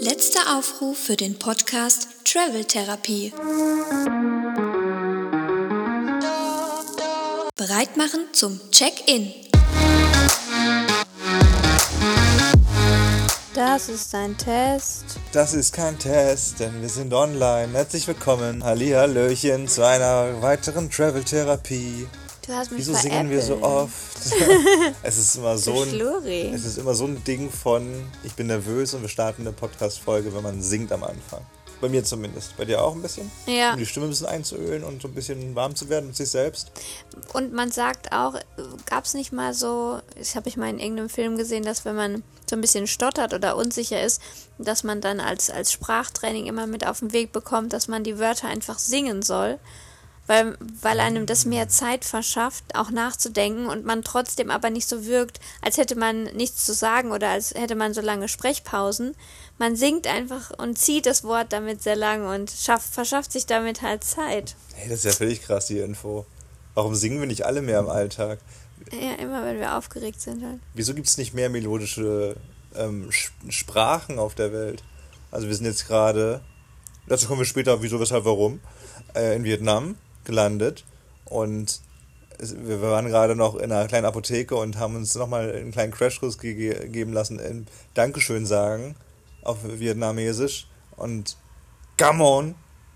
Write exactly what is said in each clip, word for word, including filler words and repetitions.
Letzter Aufruf für den Podcast Travel Therapie. Bereit machen zum Check-in. Das ist ein Test. Das ist kein Test, denn wir sind online. Herzlich willkommen, Hallihallöchen, zu einer weiteren Travel-Therapie. Du hast mich Wieso veräppelt. singen wir so oft? es ist immer so ein, Schluri. es ist immer so ein Ding von, ich bin nervös und wir starten eine Podcast-Folge, wenn man singt am Anfang. Bei mir zumindest. Bei dir auch ein bisschen? Ja. Um die Stimme ein bisschen einzuölen und so ein bisschen warm zu werden mit sich selbst. Und man sagt auch, gab es nicht mal so, das habe ich mal in irgendeinem Film gesehen, dass wenn man so ein bisschen stottert oder unsicher ist, dass man dann als, als Sprachtraining immer mit auf den Weg bekommt, dass man die Wörter einfach singen soll. Weil, weil einem das mehr Zeit verschafft, auch nachzudenken und man trotzdem aber nicht so wirkt, als hätte man nichts zu sagen oder als hätte man so lange Sprechpausen. Man singt einfach und zieht das Wort damit sehr lang und schafft, verschafft sich damit halt Zeit. Hey, das ist ja völlig krass, die Info. Warum singen wir nicht alle mehr im Alltag? Ja, immer wenn wir aufgeregt sind halt. Wieso gibt es nicht mehr melodische ähm, Sprachen auf der Welt? Also wir sind jetzt gerade, dazu kommen wir später, wieso, weshalb, warum, äh, in Vietnam gelandet und es, wir waren gerade noch in einer kleinen Apotheke und haben uns nochmal einen kleinen Crashkurs ge- geben lassen in Dankeschön sagen auf Vietnamesisch und Come on.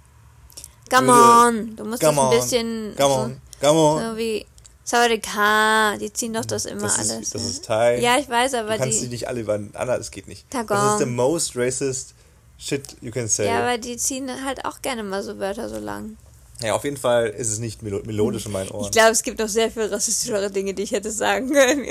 Come on. Du musst das ein bisschen Come on. Come on. so wie Sawadika, die ziehen doch das immer das ist, alles. Das ist Thai. Ja, ich weiß, aber du kannst die... die nicht alle über... Anna, das geht nicht. Tagong. Das ist the most racist shit you can say. Ja, aber die ziehen halt auch gerne mal so Wörter so lang. Ja, auf jeden Fall ist es nicht melo- melodisch in meinen Ohren. Ich glaube, es gibt noch sehr viel rassistischere Dinge, die ich hätte sagen können.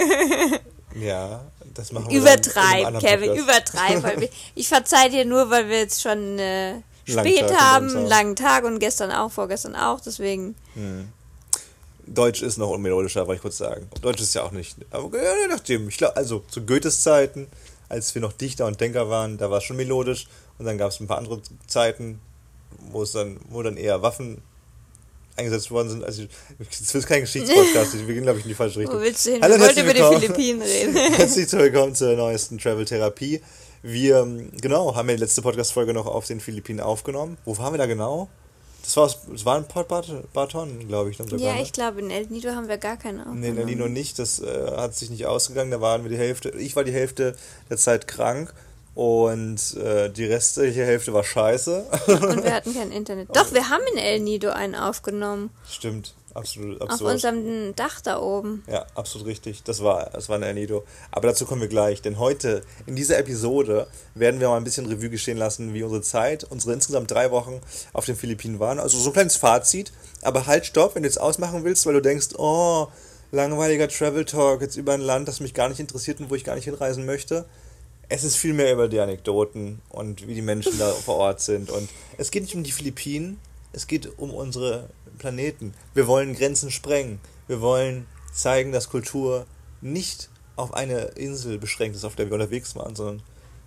Ja, das machen wir Übertreib, dann in einem Kevin, anderen übertreib. Weil wir, ich verzeih dir nur, weil wir jetzt schon äh, Langen spät Tag haben, hinter einen uns langen Tag und gestern auch, vorgestern auch, deswegen. Hm. Deutsch ist noch unmelodischer, wollte ich kurz sagen. Deutsch ist ja auch nicht. Aber ja, nachdem, ich glaube, also zu Goethes Zeiten, als wir noch Dichter und Denker waren, da war es schon melodisch. Und dann gab es ein paar andere Zeiten, wo es dann, wo dann eher Waffen eingesetzt worden sind. Also, das ist kein Geschichtspodcast, wir gehen, glaube ich, in die falsche Richtung. Wo willst du hin? Hallo, Wir wollten über herzlich die Philippinen reden. Herzlich willkommen zur neuesten Travel-Therapie. Wir, genau, haben ja die letzte Podcast-Folge noch auf den Philippinen aufgenommen. Wo waren wir da genau? Das war, das war in Port Barton, glaube ich. Dann sogar, Ja, ne? ich glaube, in El Nido haben wir gar keine aufgenommen. Nee, in El Nido nicht. Das äh, hat sich nicht ausgegangen. Da waren wir die Hälfte, ich war die Hälfte der Zeit krank. Und äh, die restliche Hälfte war scheiße. Und wir hatten kein Internet. Doch, wir haben in El Nido einen aufgenommen. Stimmt, absolut Auf absurd. unserem Dach da oben. Ja, absolut richtig. Das war, das war ein El Nido. Aber dazu kommen wir gleich. Denn heute, in dieser Episode, werden wir mal ein bisschen Revue geschehen lassen, wie unsere Zeit, unsere insgesamt drei Wochen auf den Philippinen waren. Also so ein kleines Fazit. Aber halt, stopp, wenn du jetzt ausmachen willst, weil du denkst, oh, langweiliger Travel Talk, jetzt über ein Land, das mich gar nicht interessiert und wo ich gar nicht hinreisen möchte. Es ist viel mehr über die Anekdoten und wie die Menschen da vor Ort sind. Und es geht nicht um die Philippinen, es geht um unsere Planeten. Wir wollen Grenzen sprengen. Wir wollen zeigen, dass Kultur nicht auf eine Insel beschränkt ist, auf der wir unterwegs waren, sondern...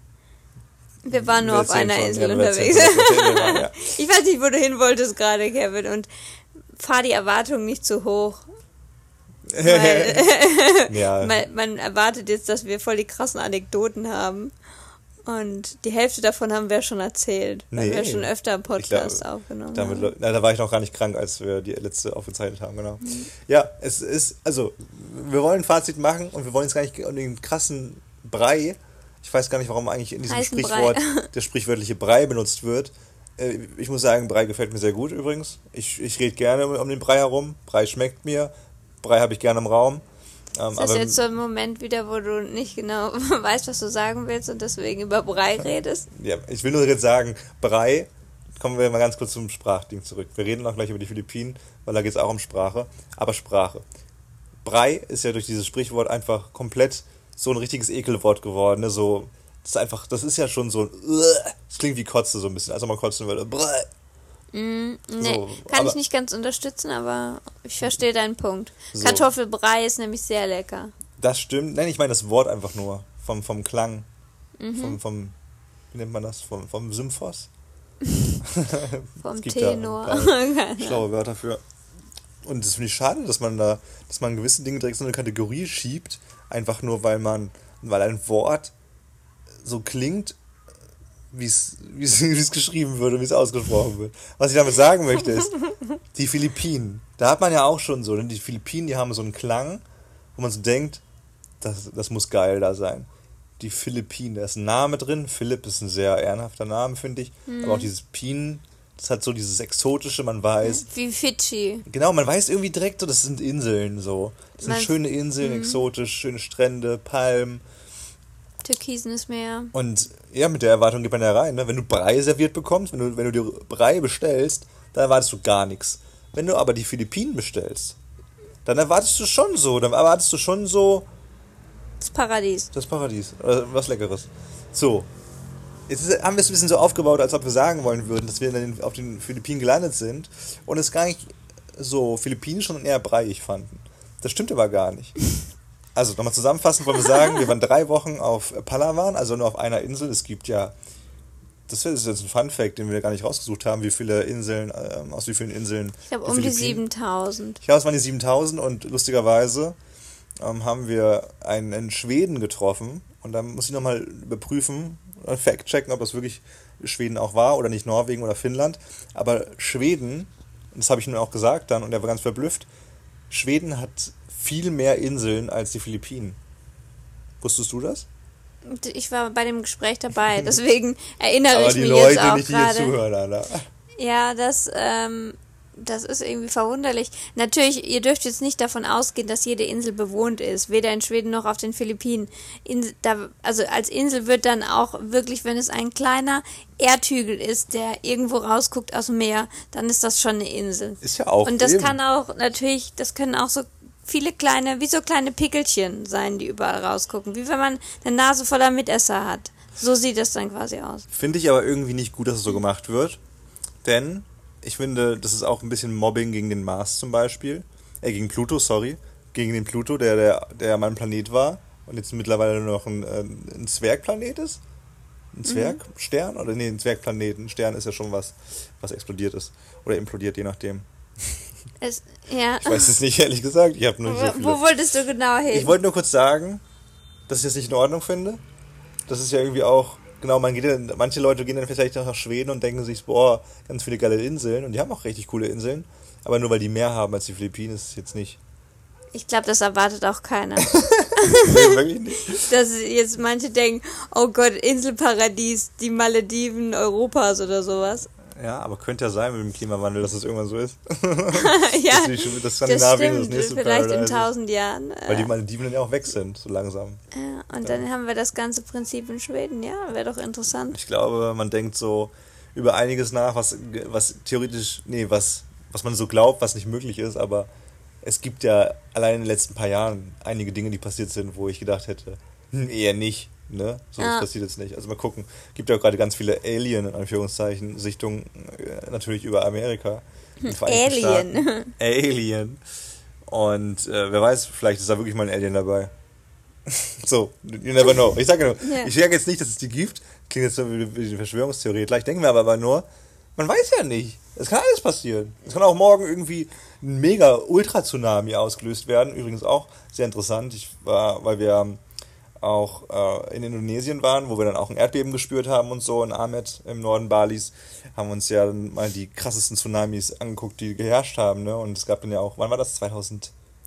Wir waren nur wir auf einer von, Insel ja, unterwegs. Von, waren, ja. Ich weiß nicht, wo du hin wolltest gerade, Kevin. Und fahr die Erwartungen nicht zu hoch. Weil ja. man, man erwartet jetzt, dass wir voll die krassen Anekdoten haben. Und die Hälfte davon haben wir schon erzählt. Weil Nee. wir schon öfter einen Podcast glaub, aufgenommen damit, haben. na, da war ich noch gar nicht krank, als wir die letzte aufgezeichnet haben, genau. Mhm. Ja, es ist, also, wir wollen ein Fazit machen und wir wollen jetzt gar nicht um den krassen Brei, ich weiß gar nicht, warum eigentlich in diesem Heißen Sprichwort Brei. der sprichwörtliche Brei benutzt wird. Ich muss sagen, Brei gefällt mir sehr gut übrigens. Ich, ich rede gerne um den Brei herum. Brei schmeckt mir. Brei habe ich gerne im Raum. Ähm, Ist das aber jetzt so ein Moment wieder, wo du nicht genau weißt, was du sagen willst und deswegen über Brei redest? Ja, ich will nur jetzt sagen, Brei, kommen wir mal ganz kurz zum Sprachding zurück. Wir reden auch gleich über die Philippinen, weil da geht es auch um Sprache. Aber Sprache. Brei ist ja durch dieses Sprichwort einfach komplett so ein richtiges Ekelwort geworden. Ne? So, das ist einfach, das ist ja schon so ein, das klingt wie Kotze so ein bisschen, also man kotzen würde. Brei. Mm, nee, So, kann aber- ich nicht ganz unterstützen, aber ich verstehe deinen Punkt. So. Kartoffelbrei ist nämlich sehr lecker. Das stimmt. Nein, ich meine das Wort einfach nur. Vom, vom Klang. Mhm. Vom, vom, wie nennt man das? Vom, vom Symphos? Vom Es gibt Tenor. da ein paar schlaue Wörter für. Und das finde ich schade, dass man da, dass man gewisse Dinge direkt so eine Kategorie schiebt, einfach nur weil man, weil ein Wort so klingt, wie es wie es wie es geschrieben wird und wie es ausgesprochen wird. Was ich damit sagen möchte ist, die Philippinen, da hat man ja auch schon so, denn die Philippinen, die haben so einen Klang, wo man so denkt, das, das muss geil da sein. Die Philippinen, da ist ein Name drin, Philipp ist ein sehr ehrenhafter Name, finde ich, mhm. aber auch dieses Pien, das hat so dieses Exotische, man weiß. Wie Fidschi. Genau, man weiß irgendwie direkt so, das sind Inseln so. Das sind man, schöne Inseln, mh. exotisch, schöne Strände, Palmen. Türkisenes Meer. Und ja, mit der Erwartung geht man ja rein. Ne? Wenn du Brei serviert bekommst, wenn du, wenn du dir Brei bestellst, dann erwartest du gar nichts. Wenn du aber die Philippinen bestellst, dann erwartest du schon so, dann erwartest du schon so... Das Paradies. Das Paradies, oder was Leckeres. So, jetzt ist, haben wir es ein bisschen so aufgebaut, als ob wir sagen wollen würden, dass wir in den, auf den Philippinen gelandet sind und es gar nicht so philippinisch, sondern eher breiig fanden. Das stimmt aber gar nicht. Also, nochmal zusammenfassend wollen wir sagen, wir waren drei Wochen auf Palawan, also nur auf einer Insel. Es gibt ja, das ist jetzt ein Fun-Fact, den wir gar nicht rausgesucht haben, wie viele Inseln, äh, aus wie vielen Inseln. Ich glaube, um die siebentausend. Ich glaube, es waren die siebentausend und lustigerweise ähm, haben wir einen in Schweden getroffen und da muss ich nochmal überprüfen, fact-checken, ob das wirklich Schweden auch war oder nicht Norwegen oder Finnland. Aber Schweden, das habe ich ihm auch gesagt dann und er war ganz verblüfft, Schweden hat viel mehr Inseln als die Philippinen. Wusstest du das? Ich war bei dem Gespräch dabei, deswegen erinnere Aber ich mich Leute, jetzt auch nicht, gerade. die hier zuhören, Anna. Ja, das, ähm, das ist irgendwie verwunderlich. Natürlich, ihr dürft jetzt nicht davon ausgehen, dass jede Insel bewohnt ist, weder in Schweden noch auf den Philippinen. In, da, also als Insel wird dann auch wirklich, wenn es ein kleiner Erdhügel ist, der irgendwo rausguckt aus dem Meer, dann ist das schon eine Insel. Ist ja auch. Und das eben. kann auch natürlich, das können auch so viele kleine, wie so kleine Pickelchen sein, die überall rausgucken. Wie wenn man eine Nase voller Mitesser hat. So sieht das dann quasi aus. Finde ich aber irgendwie nicht gut, dass es so gemacht wird. Denn ich finde, das ist auch ein bisschen Mobbing gegen den Mars zum Beispiel. Äh, gegen Pluto, sorry. Gegen den Pluto, der, der, der mein Planet war. Und jetzt mittlerweile nur noch ein, ein Zwergplanet ist. Ein Zwergstern? Mhm. Oder nee, ein Zwergplanet. Ein Stern ist ja schon was, was explodiert ist. Oder implodiert, je nachdem. Es, ja. Ich weiß es nicht, ehrlich gesagt. Ich habe nur so viele. Wo wolltest du genau hin? Ich wollte nur kurz sagen, dass ich das nicht in Ordnung finde. Das ist ja irgendwie auch, genau, man geht dann, manche Leute gehen dann vielleicht nach Schweden und denken sich, boah, ganz viele geile Inseln. Und die haben auch richtig coole Inseln. Aber nur weil die mehr haben als die Philippinen, ist es jetzt nicht. Ich glaube, das erwartet auch keiner. Nee, wirklich nicht. Dass jetzt manche denken, oh Gott, Inselparadies, die Malediven Europas oder sowas. Ja, aber könnte ja sein mit dem Klimawandel, dass es irgendwann so ist. Ja, dass die, das Skandinavien das, das nächste vielleicht Paradise in tausend Jahren. Weil die Malediven dann ja auch weg sind, so langsam. Ja, und dann ja. haben wir das ganze Prinzip in Schweden, ja, wäre doch interessant. Ich glaube, man denkt so über einiges nach, was, was theoretisch, nee, was, was man so glaubt, was nicht möglich ist, aber es gibt ja allein in den letzten paar Jahren einige Dinge, die passiert sind, wo ich gedacht hätte, hm, eher nicht. Ne? So, das ja. passiert jetzt nicht. Also mal gucken. Gibt ja auch gerade ganz viele Alien, in Anführungszeichen, Sichtungen äh, natürlich über Amerika. Alien. Alien. Und äh, wer weiß, vielleicht ist da wirklich mal ein Alien dabei. So, you never know. Ich sage nur, ja. ich sage jetzt nicht, dass es die gibt. Klingt jetzt so wie, wie eine Verschwörungstheorie. Vielleicht denken wir aber, aber nur, man weiß ja nicht. Es kann alles passieren. Es kann auch morgen irgendwie ein mega Ultra-Tsunami ausgelöst werden. Übrigens auch sehr interessant. Ich war, weil wir auch äh, in Indonesien waren, wo wir dann auch ein Erdbeben gespürt haben und so, in Amed im Norden Balis, haben uns ja dann mal die krassesten Tsunamis angeguckt, die geherrscht haben, ne? Und es gab dann ja auch, wann war das? zweitausendeins?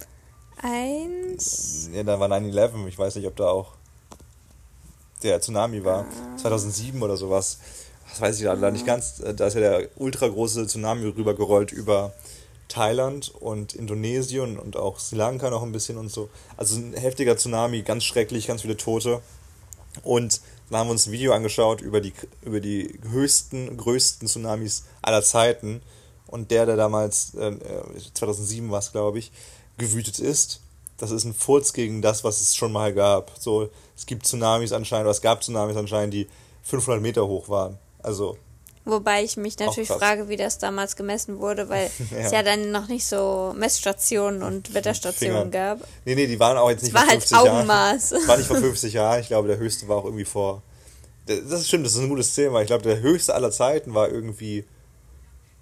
Ja, da war neun elf, ich weiß nicht, ob da auch der Tsunami war. Ah. zweitausendsieben oder sowas. Das weiß ich leider ah. nicht ganz. Da ist ja der ultra große Tsunami rübergerollt über Thailand und Indonesien und auch Sri Lanka noch ein bisschen und so. Also ein heftiger Tsunami, ganz schrecklich, ganz viele Tote. Und dann haben wir uns ein Video angeschaut über die, über die höchsten, größten Tsunamis aller Zeiten. Und der, der damals, äh, zweitausendsieben war es, glaube ich, gewütet ist, das ist ein Furz gegen das, was es schon mal gab. So, es gibt Tsunamis anscheinend, oder es gab Tsunamis anscheinend, die fünfhundert Meter hoch waren. Also wobei ich mich natürlich frage, wie das damals gemessen wurde, weil ja. es ja dann noch nicht so Messstationen und Wetterstationen Fingern. gab. Nee, nee, die waren auch jetzt nicht vor fünfzig halt Jahren. Augenmaß. Das war nicht vor fünfzig Jahren. Ich glaube, der höchste war auch irgendwie vor... Das ist stimmt, das ist ein gutes Thema. Ich glaube, der höchste aller Zeiten war irgendwie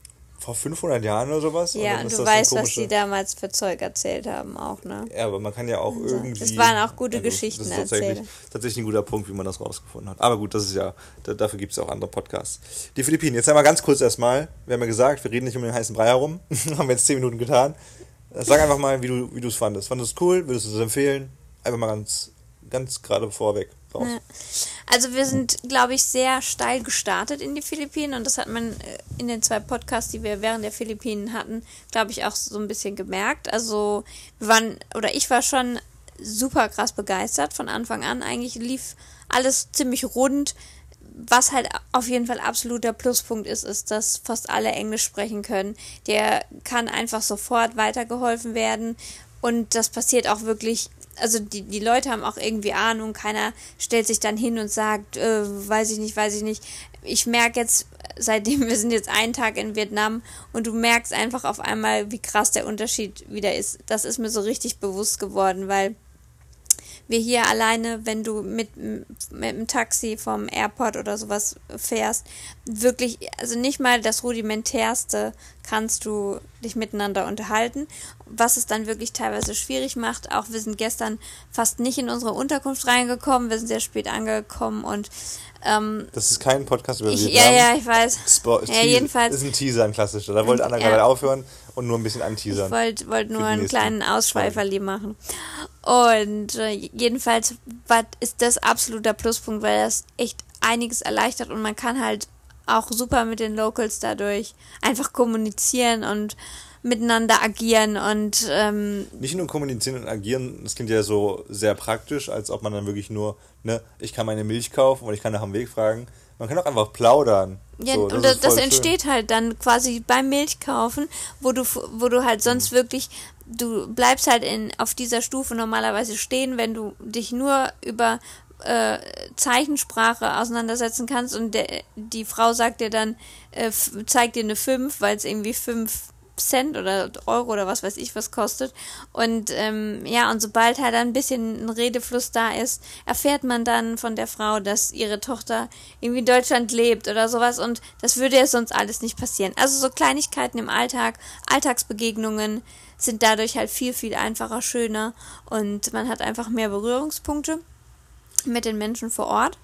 vor fünfhundert Jahren oder sowas. Ja, und, und du weißt, so was die damals für Zeug erzählt haben auch, ne? Ja, aber man kann ja auch also, irgendwie... Es waren auch gute ja, Geschichten das ist tatsächlich, tatsächlich ein guter Punkt, wie man das rausgefunden hat. Aber gut, das ist ja, da, dafür gibt es ja auch andere Podcasts. Die Philippinen, jetzt einmal ganz kurz erstmal, wir haben ja gesagt, wir reden nicht um den heißen Brei herum, haben wir jetzt zehn Minuten getan. Sag einfach mal, wie du wie du es fandest. Fandest du es cool? Würdest du es empfehlen? Einfach mal ganz, ganz gerade vorweg raus. Ja. Also wir sind, glaube ich, sehr steil gestartet in die Philippinen und das hat man in den zwei Podcasts, die wir während der Philippinen hatten, glaube ich, auch so ein bisschen gemerkt. Also wir waren, oder ich war schon super krass begeistert von Anfang an. Eigentlich lief alles ziemlich rund. Was halt auf jeden Fall absoluter Pluspunkt ist, ist, dass fast alle Englisch sprechen können. Der kann einfach sofort weitergeholfen werden und das passiert auch wirklich, also die, die Leute haben auch irgendwie Ahnung, keiner stellt sich dann hin und sagt, äh, weiß ich nicht, weiß ich nicht. Ich merke jetzt, seitdem wir sind jetzt einen Tag in Vietnam und du merkst einfach auf einmal, wie krass der Unterschied wieder ist. Das ist mir so richtig bewusst geworden, weil wir hier alleine, wenn du mit, mit dem Taxi vom Airport oder sowas fährst, wirklich, also nicht mal das Rudimentärste kannst du dich miteinander unterhalten, was es dann wirklich teilweise schwierig macht. Auch wir sind gestern fast nicht in unsere Unterkunft reingekommen, wir sind sehr spät angekommen und ähm, das ist kein Podcast über ich, Vietnam. Ja, ja, ich weiß. Spo- ja, jedenfalls. Das ist ein Teaser, ein klassischer. Da wollte Anna ja. gerade aufhören und nur ein bisschen anteasern. Ich wollte wollt nur einen kleinen Ausschweiferli machen. Und äh, jedenfalls war, ist das absoluter Pluspunkt, weil das echt einiges erleichtert und man kann halt auch super mit den Locals dadurch einfach kommunizieren und miteinander agieren und ähm, nicht nur kommunizieren und agieren, das klingt ja so sehr praktisch, als ob man dann wirklich nur, ne, ich kann meine Milch kaufen und ich kann nach dem Weg fragen. Man kann auch einfach plaudern. Ja, so, das und das, das schön. entsteht halt dann quasi beim Milchkaufen, wo du wo du halt sonst mhm. wirklich, du bleibst halt in auf dieser Stufe normalerweise stehen, wenn du dich nur über äh, Zeichensprache auseinandersetzen kannst und der, die Frau sagt dir dann, äh, zeigt dir eine fünf, weil es irgendwie fünf Cent oder Euro oder was weiß ich was kostet und ähm, ja, und sobald halt ein bisschen ein Redefluss da ist, erfährt man dann von der Frau, dass ihre Tochter irgendwie in Deutschland lebt oder sowas und das würde ja sonst alles nicht passieren. Also so Kleinigkeiten im Alltag, Alltagsbegegnungen sind dadurch halt viel, viel einfacher, schöner und man hat einfach mehr Berührungspunkte mit den Menschen vor Ort.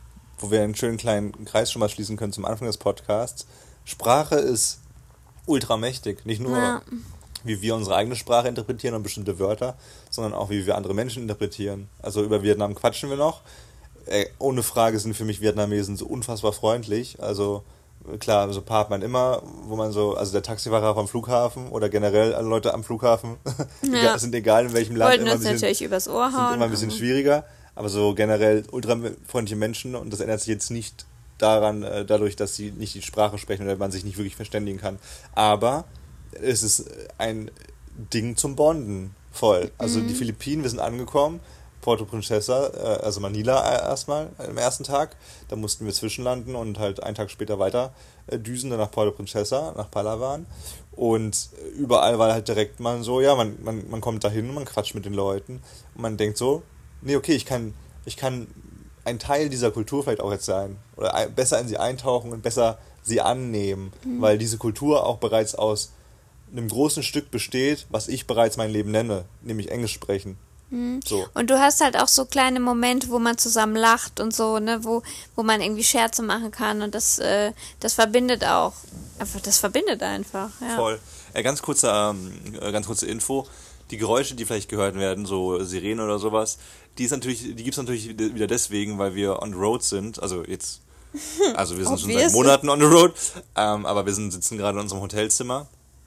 Wo wir einen schönen kleinen Kreis schon mal schließen können zum Anfang des Podcasts. Sprache ist ultramächtig. Nicht nur, ja. wie wir unsere eigene Sprache interpretieren und bestimmte Wörter, sondern auch, wie wir andere Menschen interpretieren. Also über Vietnam quatschen wir noch. Äh, ohne Frage sind für mich Vietnamesen so unfassbar freundlich. Also klar, so paart man immer, wo man so, also der Taxifahrer vom Flughafen oder generell alle Leute am Flughafen ja. sind egal in welchem Land. Wollten immer uns bisschen, natürlich übers Ohr hauen. Sind immer ein bisschen schwieriger, aber so generell ultrafreundliche Menschen und das ändert sich jetzt nicht daran, äh, dadurch, dass sie nicht die Sprache sprechen oder man sich nicht wirklich verständigen kann. Aber es ist ein Ding zum Bonden voll. Also mhm. die Philippinen, wir sind angekommen, Puerto Princesa, äh, also Manila erstmal am ersten Tag. Da mussten wir zwischenlanden und halt einen Tag später weiter äh, düsen, dann nach Puerto Princesa, nach Palawan. Und überall war halt direkt mal so, ja, man, man, man kommt dahin und man quatscht mit den Leuten. Und man denkt so, nee, okay, ich kann, ich kann ein Teil dieser Kultur vielleicht auch jetzt sein oder ein, besser in sie eintauchen und besser sie annehmen, mhm. weil diese Kultur auch bereits aus einem großen Stück besteht, was ich bereits mein Leben nenne, nämlich Englisch sprechen. Mhm. So. Und du hast halt auch so kleine Momente, wo man zusammen lacht und so, ne, wo, wo man irgendwie Scherze machen kann und das, äh, das verbindet auch. Einfach, das verbindet einfach, ja. Voll. Äh, ganz kurze, ähm, ganz kurze Info. Die Geräusche, die vielleicht gehört werden, so Sirenen oder sowas, die ist natürlich, die gibt es natürlich wieder deswegen, weil wir on the road sind. Also jetzt, also wir sind schon seit Monaten on the road, ähm, aber wir sind, sitzen gerade in unserem Hotelzimmer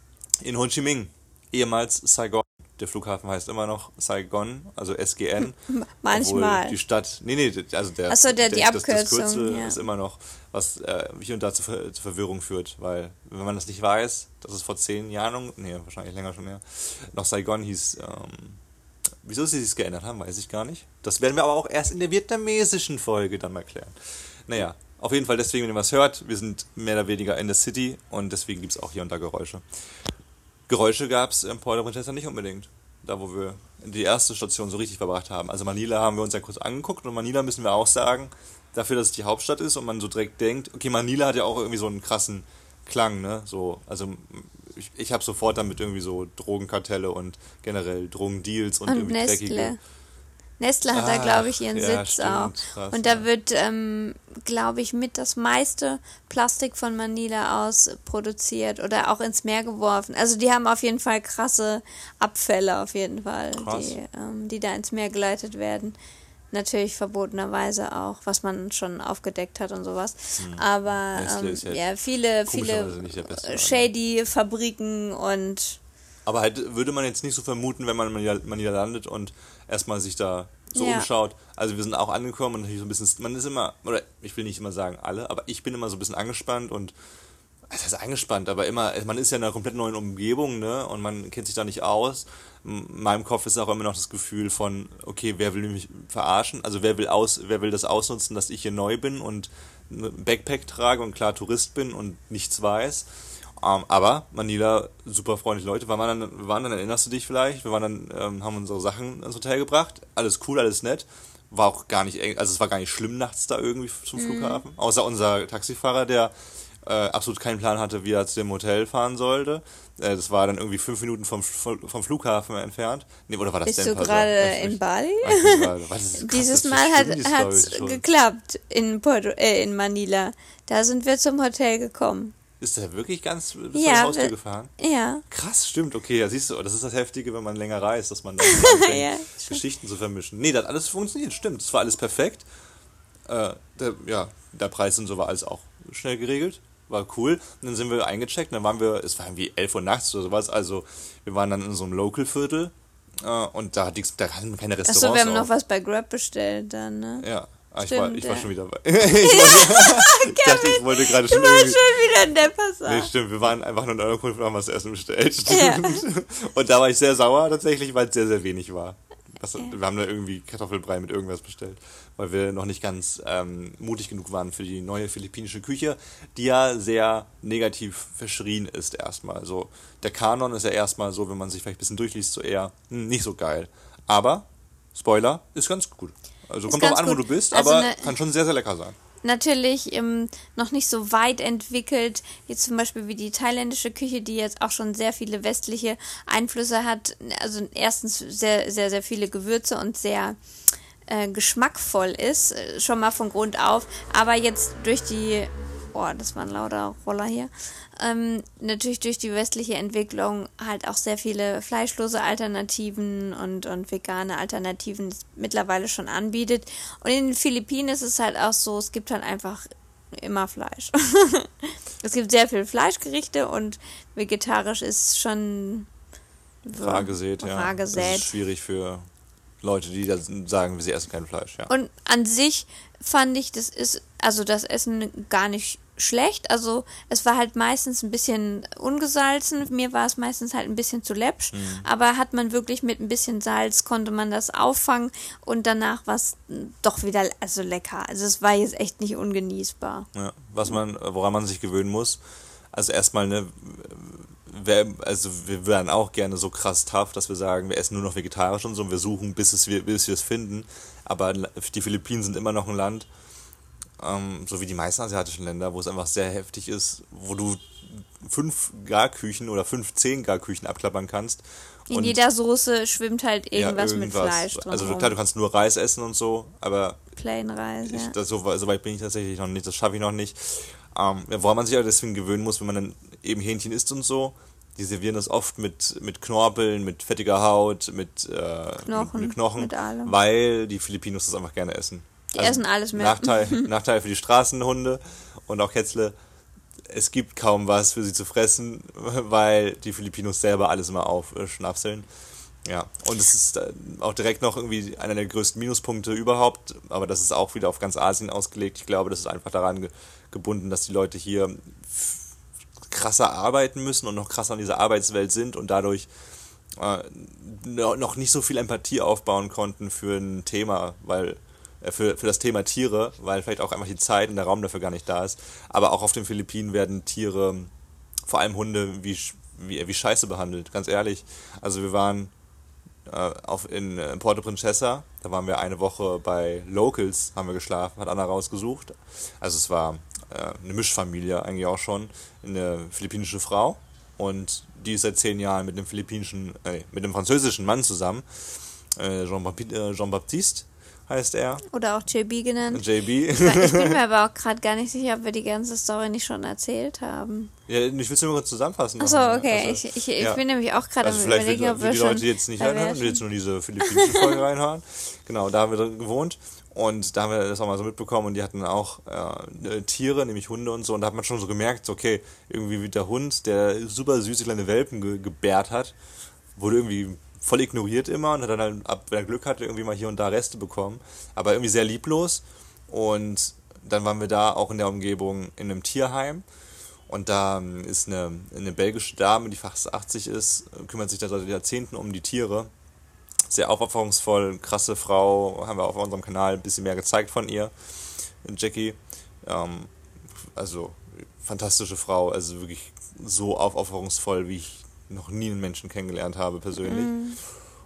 in Ho Chi Minh, ehemals Saigon. Der Flughafen heißt immer noch Saigon, also S G N. Manchmal. Die Stadt, nee, nee, also der, Ach so, der, der die Abkürzung, das, das Kürzel ja. ist immer noch, was äh, hier und da zu, zu Verwirrung führt, weil wenn man das nicht weiß, das ist vor zehn Jahren, nee, wahrscheinlich länger schon her, noch Saigon hieß, ähm, wieso sie sich geändert haben, weiß ich gar nicht. Das werden wir aber auch erst in der vietnamesischen Folge dann mal klären. Naja, auf jeden Fall deswegen, wenn ihr was hört, wir sind mehr oder weniger in der City und deswegen gibt es auch hier und da Geräusche. Geräusche gab es in Puerto Princesa nicht unbedingt, da wo wir die erste Station so richtig verbracht haben. Also Manila haben wir uns ja kurz angeguckt und Manila müssen wir auch sagen, dafür, dass es die Hauptstadt ist und man so direkt denkt, okay, Manila hat ja auch irgendwie so einen krassen klang, ne? So, also ich, ich habe sofort damit irgendwie so Drogenkartelle und generell Drogendeals und, Und irgendwie Nestle. dreckige. Nestle hat da, Ach, glaube ich, ihren ja, Sitz stimmt, auch. krass, Und da ja. wird, ähm, glaube ich, mit das meiste Plastik von Manila aus produziert oder auch ins Meer geworfen. Also die haben auf jeden Fall krasse Abfälle, auf jeden Fall, Krass. die, ähm, die da ins Meer geleitet werden. Natürlich verbotenerweise auch, was man schon aufgedeckt hat und sowas. Hm. Aber Nestle ähm, ist jetzt ja, viele, komischerweise viele nicht der beste äh, Laden. shady Fabriken und Aber halt würde man jetzt nicht so vermuten, wenn man in Manila, Manila landet und erstmal sich da so Ja. umschaut. Also wir sind auch angekommen und natürlich so ein bisschen, man ist immer, oder ich will nicht immer sagen alle, aber ich bin immer so ein bisschen angespannt und, das heißt angespannt, aber immer, man ist ja in einer komplett neuen Umgebung, ne, und man kennt sich da nicht aus. In meinem Kopf ist auch immer noch das Gefühl von, okay, wer will mich verarschen? Also wer will aus, wer will das ausnutzen, dass ich hier neu bin und ein Backpack trage und klar Tourist bin und nichts weiß. Um, aber Manila, super freundliche Leute. Wir waren dann, wir waren dann, erinnerst du dich vielleicht? Wir waren dann, ähm, haben unsere Sachen ins Hotel gebracht. Alles cool, alles nett. War auch gar nicht eng, also es war gar nicht schlimm nachts da irgendwie zum Mhm. Flughafen. Außer unser Taxifahrer, der äh, absolut keinen Plan hatte, wie er zu dem Hotel fahren sollte. Äh, das war dann irgendwie fünf Minuten vom, vom Flughafen entfernt. Nee, oder war das bist du Denver? gerade Weiß ich in nicht. Bali? Weiß ich gerade. Was ist- krass, Dieses das Mal stimmt, hat die hat's Story schon. geklappt in Porto, äh, in Manila. Da sind wir zum Hotel gekommen. Ist der wirklich ganz bis Ja, vor die Haustür wir- gefahren? Ja. Krass, stimmt, okay, ja, siehst du, das ist das Heftige, wenn man länger reist, dass man dann anfängt, Ja, Geschichten zu vermischen. Nee, das hat alles funktioniert, stimmt, es war alles perfekt. Äh, der, ja, der Preis und so war alles auch schnell geregelt, war cool. Und dann sind wir eingecheckt, und dann waren wir, es war irgendwie elf Uhr nachts oder sowas, also wir waren dann in so einem Local-Viertel äh, und da, hat die, da hatten wir keine Restaurants Achso, wir haben auf. noch was bei Grab bestellt dann, ne? Ja, ah, ich, Stimmt, war, ich war ja. schon wieder bei. ich, wollte, ich dachte, ich wollte gerade Du schon warst irgendwie... schon wieder in der Passage. Nee, stimmt, wir waren einfach nur in eurem Kunde und haben was zu essen bestellt. Ja. Und da war ich sehr sauer tatsächlich, weil es sehr, sehr wenig war. Was, wir haben da irgendwie Kartoffelbrei mit irgendwas bestellt, weil wir noch nicht ganz ähm, mutig genug waren für die neue philippinische Küche, die ja sehr negativ verschrien ist erstmal. Also der Kanon ist ja erstmal so, wenn man sich vielleicht ein bisschen durchliest, so eher hm, nicht so geil. Aber, Spoiler, ist ganz gut. Also Ist kommt drauf ganz an, wo gut. du bist, Also aber ne- kann schon sehr, sehr lecker sein. Natürlich ähm, noch nicht so weit entwickelt, jetzt zum Beispiel wie die thailändische Küche, die jetzt auch schon sehr viele westliche Einflüsse hat. Also erstens sehr, sehr, sehr viele Gewürze und sehr äh, geschmackvoll ist, äh, schon mal von Grund auf. Aber jetzt durch die, oh, das war ein lauter Roller hier, ähm, natürlich durch die westliche Entwicklung halt auch sehr viele fleischlose Alternativen und, und vegane Alternativen mittlerweile schon anbietet. Und in den Philippinen ist es halt auch so, es gibt halt einfach immer Fleisch. Es gibt sehr viele Fleischgerichte und vegetarisch ist schon so Rar gesät, ja. rar Das gesät. ist schwierig für Leute, die da sagen, sie essen kein Fleisch, ja. Und an sich fand ich, das ist, also das Essen gar nicht schlecht. Also es war halt meistens ein bisschen ungesalzen. Mir war es meistens halt ein bisschen zu läppsch. Mhm. Aber hat man wirklich mit ein bisschen Salz, konnte man das auffangen. Und danach war es doch wieder also lecker. Also es war jetzt echt nicht ungenießbar. Ja, was man, woran man sich gewöhnen muss. Also erstmal, ne, wer, also wir wären auch gerne so krass tough, dass wir sagen, wir essen nur noch vegetarisch und so und wir suchen, bis es wir, bis wir es finden. Aber die Philippinen sind immer noch ein Land, ähm, so wie die meisten asiatischen Länder, wo es einfach sehr heftig ist, wo du fünf Garküchen oder fünf, zehn Garküchen abklappern kannst. In und jeder Soße schwimmt halt irgendwas, ja, mit Fleisch drin. Also rum. klar, du kannst nur Reis essen und so, aber Plain Reis, ich, ja. das, so, so weit bin ich tatsächlich noch nicht, das schaffe ich noch nicht. Ähm, woran man sich aber deswegen gewöhnen muss, wenn man dann eben Hähnchen isst und so, die servieren das oft mit, mit Knorpeln, mit fettiger Haut, mit, äh, Knochen, mit, mit Knochen, mit allem. weil die Filipinos das einfach gerne essen. Die essen alles mit. Nachteil, Nachteil für die Straßenhunde und auch Kätzle, es gibt kaum was für sie zu fressen, weil die Filipinos selber alles immer aufschnapseln. Ja, und es ist äh, auch direkt noch irgendwie einer der größten Minuspunkte überhaupt, aber das ist auch wieder auf ganz Asien ausgelegt. Ich glaube, das ist einfach daran ge- gebunden, dass die Leute hier f- krasser arbeiten müssen und noch krasser in dieser Arbeitswelt sind und dadurch äh, no- noch nicht so viel Empathie aufbauen konnten für ein Thema, weil äh, für, für das Thema Tiere, weil vielleicht auch einfach die Zeit und der Raum dafür gar nicht da ist. Aber auch auf den Philippinen werden Tiere, vor allem Hunde, wie, sch- wie, wie scheiße behandelt, ganz ehrlich. Also wir waren auf in Puerto Princesa, da waren wir eine Woche bei Locals, haben wir geschlafen, hat Anna rausgesucht. Also es war äh, eine Mischfamilie eigentlich auch schon, eine philippinische Frau und die ist seit zehn Jahren mit einem philippinischen, äh, mit einem französischen Mann zusammen, äh, Jean-Baptiste, äh, Jean-Baptiste heißt er. Oder auch J B genannt. J B. Ich, ich bin mir aber auch gerade gar nicht sicher, ob wir die ganze Story nicht schon erzählt haben. Ja, ich will es nur kurz zusammenfassen. Achso, okay. Also, ich, ich, ich ja. bin nämlich auch gerade also am vielleicht Überlegen, ob für wir die schon... Leute, die jetzt nicht reinhören, die jetzt nur diese philippinische Folge reinhören. Genau, da haben wir drin gewohnt. Und da haben wir das auch mal so mitbekommen und die hatten auch äh, Tiere, nämlich Hunde und so. Und da hat man schon so gemerkt, okay, irgendwie wie der Hund, der super süße kleine Welpen ge- gebärt hat, wurde irgendwie voll ignoriert immer und hat dann halt, ab, wenn er Glück hatte, irgendwie mal hier und da Reste bekommen. Aber irgendwie sehr lieblos. Und dann waren wir da auch in der Umgebung in einem Tierheim. Und da ist eine, eine belgische Dame, die fast achtzig ist, kümmert sich da seit Jahrzehnten um die Tiere. Sehr aufopferungsvoll, krasse Frau, haben wir auf unserem Kanal ein bisschen mehr gezeigt von ihr, Jackie. Ähm, also fantastische Frau, also wirklich so aufopferungsvoll, wie ich noch nie einen Menschen kennengelernt habe persönlich. Mm.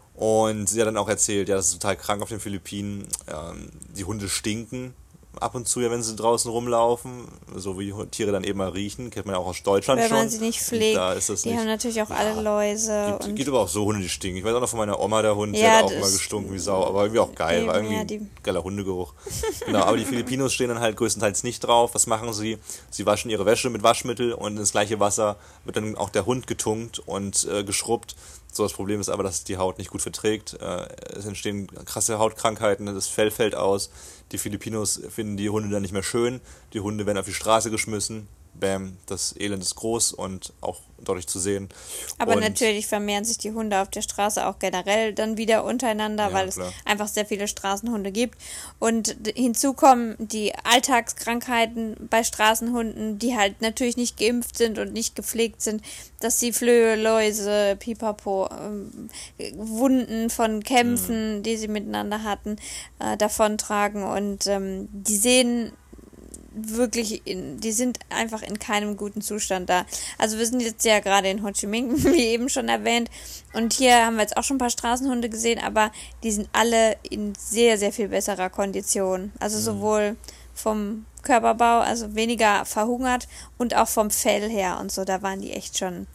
Und sie hat dann auch erzählt, ja, das ist total krank auf den Philippinen, ähm, die Hunde stinken ab und zu, ja, wenn sie draußen rumlaufen, so wie Tiere dann eben mal riechen, kennt man ja auch aus Deutschland wenn schon. Wenn man sie nicht pflegt, da ist das die nicht, haben natürlich auch ja, alle Läuse. Gibt, und gibt aber auch so Hunde, die stinken. Ich weiß auch noch von meiner Oma, der Hund, ja, der hat auch immer gestunken wie Sau, aber irgendwie auch geil, eben, war irgendwie ja, ein geiler Hundegeruch. Genau, aber die Filipinos stehen dann halt größtenteils nicht drauf. Was machen sie? Sie waschen ihre Wäsche mit Waschmittel und ins gleiche Wasser wird dann auch der Hund getunkt und äh, geschrubbt. So, das Problem ist aber, dass die Haut nicht gut verträgt. Äh, es entstehen krasse Hautkrankheiten, das Fell fällt aus. Die Filipinos finden die Hunde dann nicht mehr schön. Die Hunde werden auf die Straße geschmissen. Bam, das Elend ist groß und auch deutlich zu sehen. Aber und natürlich vermehren sich die Hunde auf der Straße auch generell dann wieder untereinander, ja, weil klar. es einfach sehr viele Straßenhunde gibt. Und hinzu kommen die Alltagskrankheiten bei Straßenhunden, die halt natürlich nicht geimpft sind und nicht gepflegt sind, dass sie Flöhe, Läuse, Pipapo, ähm, Wunden von Kämpfen, mhm. die sie miteinander hatten, äh, davontragen. Und ähm, die sehen wirklich, in, die sind einfach in keinem guten Zustand da. Also wir sind jetzt ja gerade in Ho Chi Minh, wie eben schon erwähnt, und hier haben wir jetzt auch schon ein paar Straßenhunde gesehen, aber die sind alle in sehr, sehr viel besserer Kondition. Also sowohl vom Körperbau, also weniger verhungert, und auch vom Fell her und so, da waren die echt schon,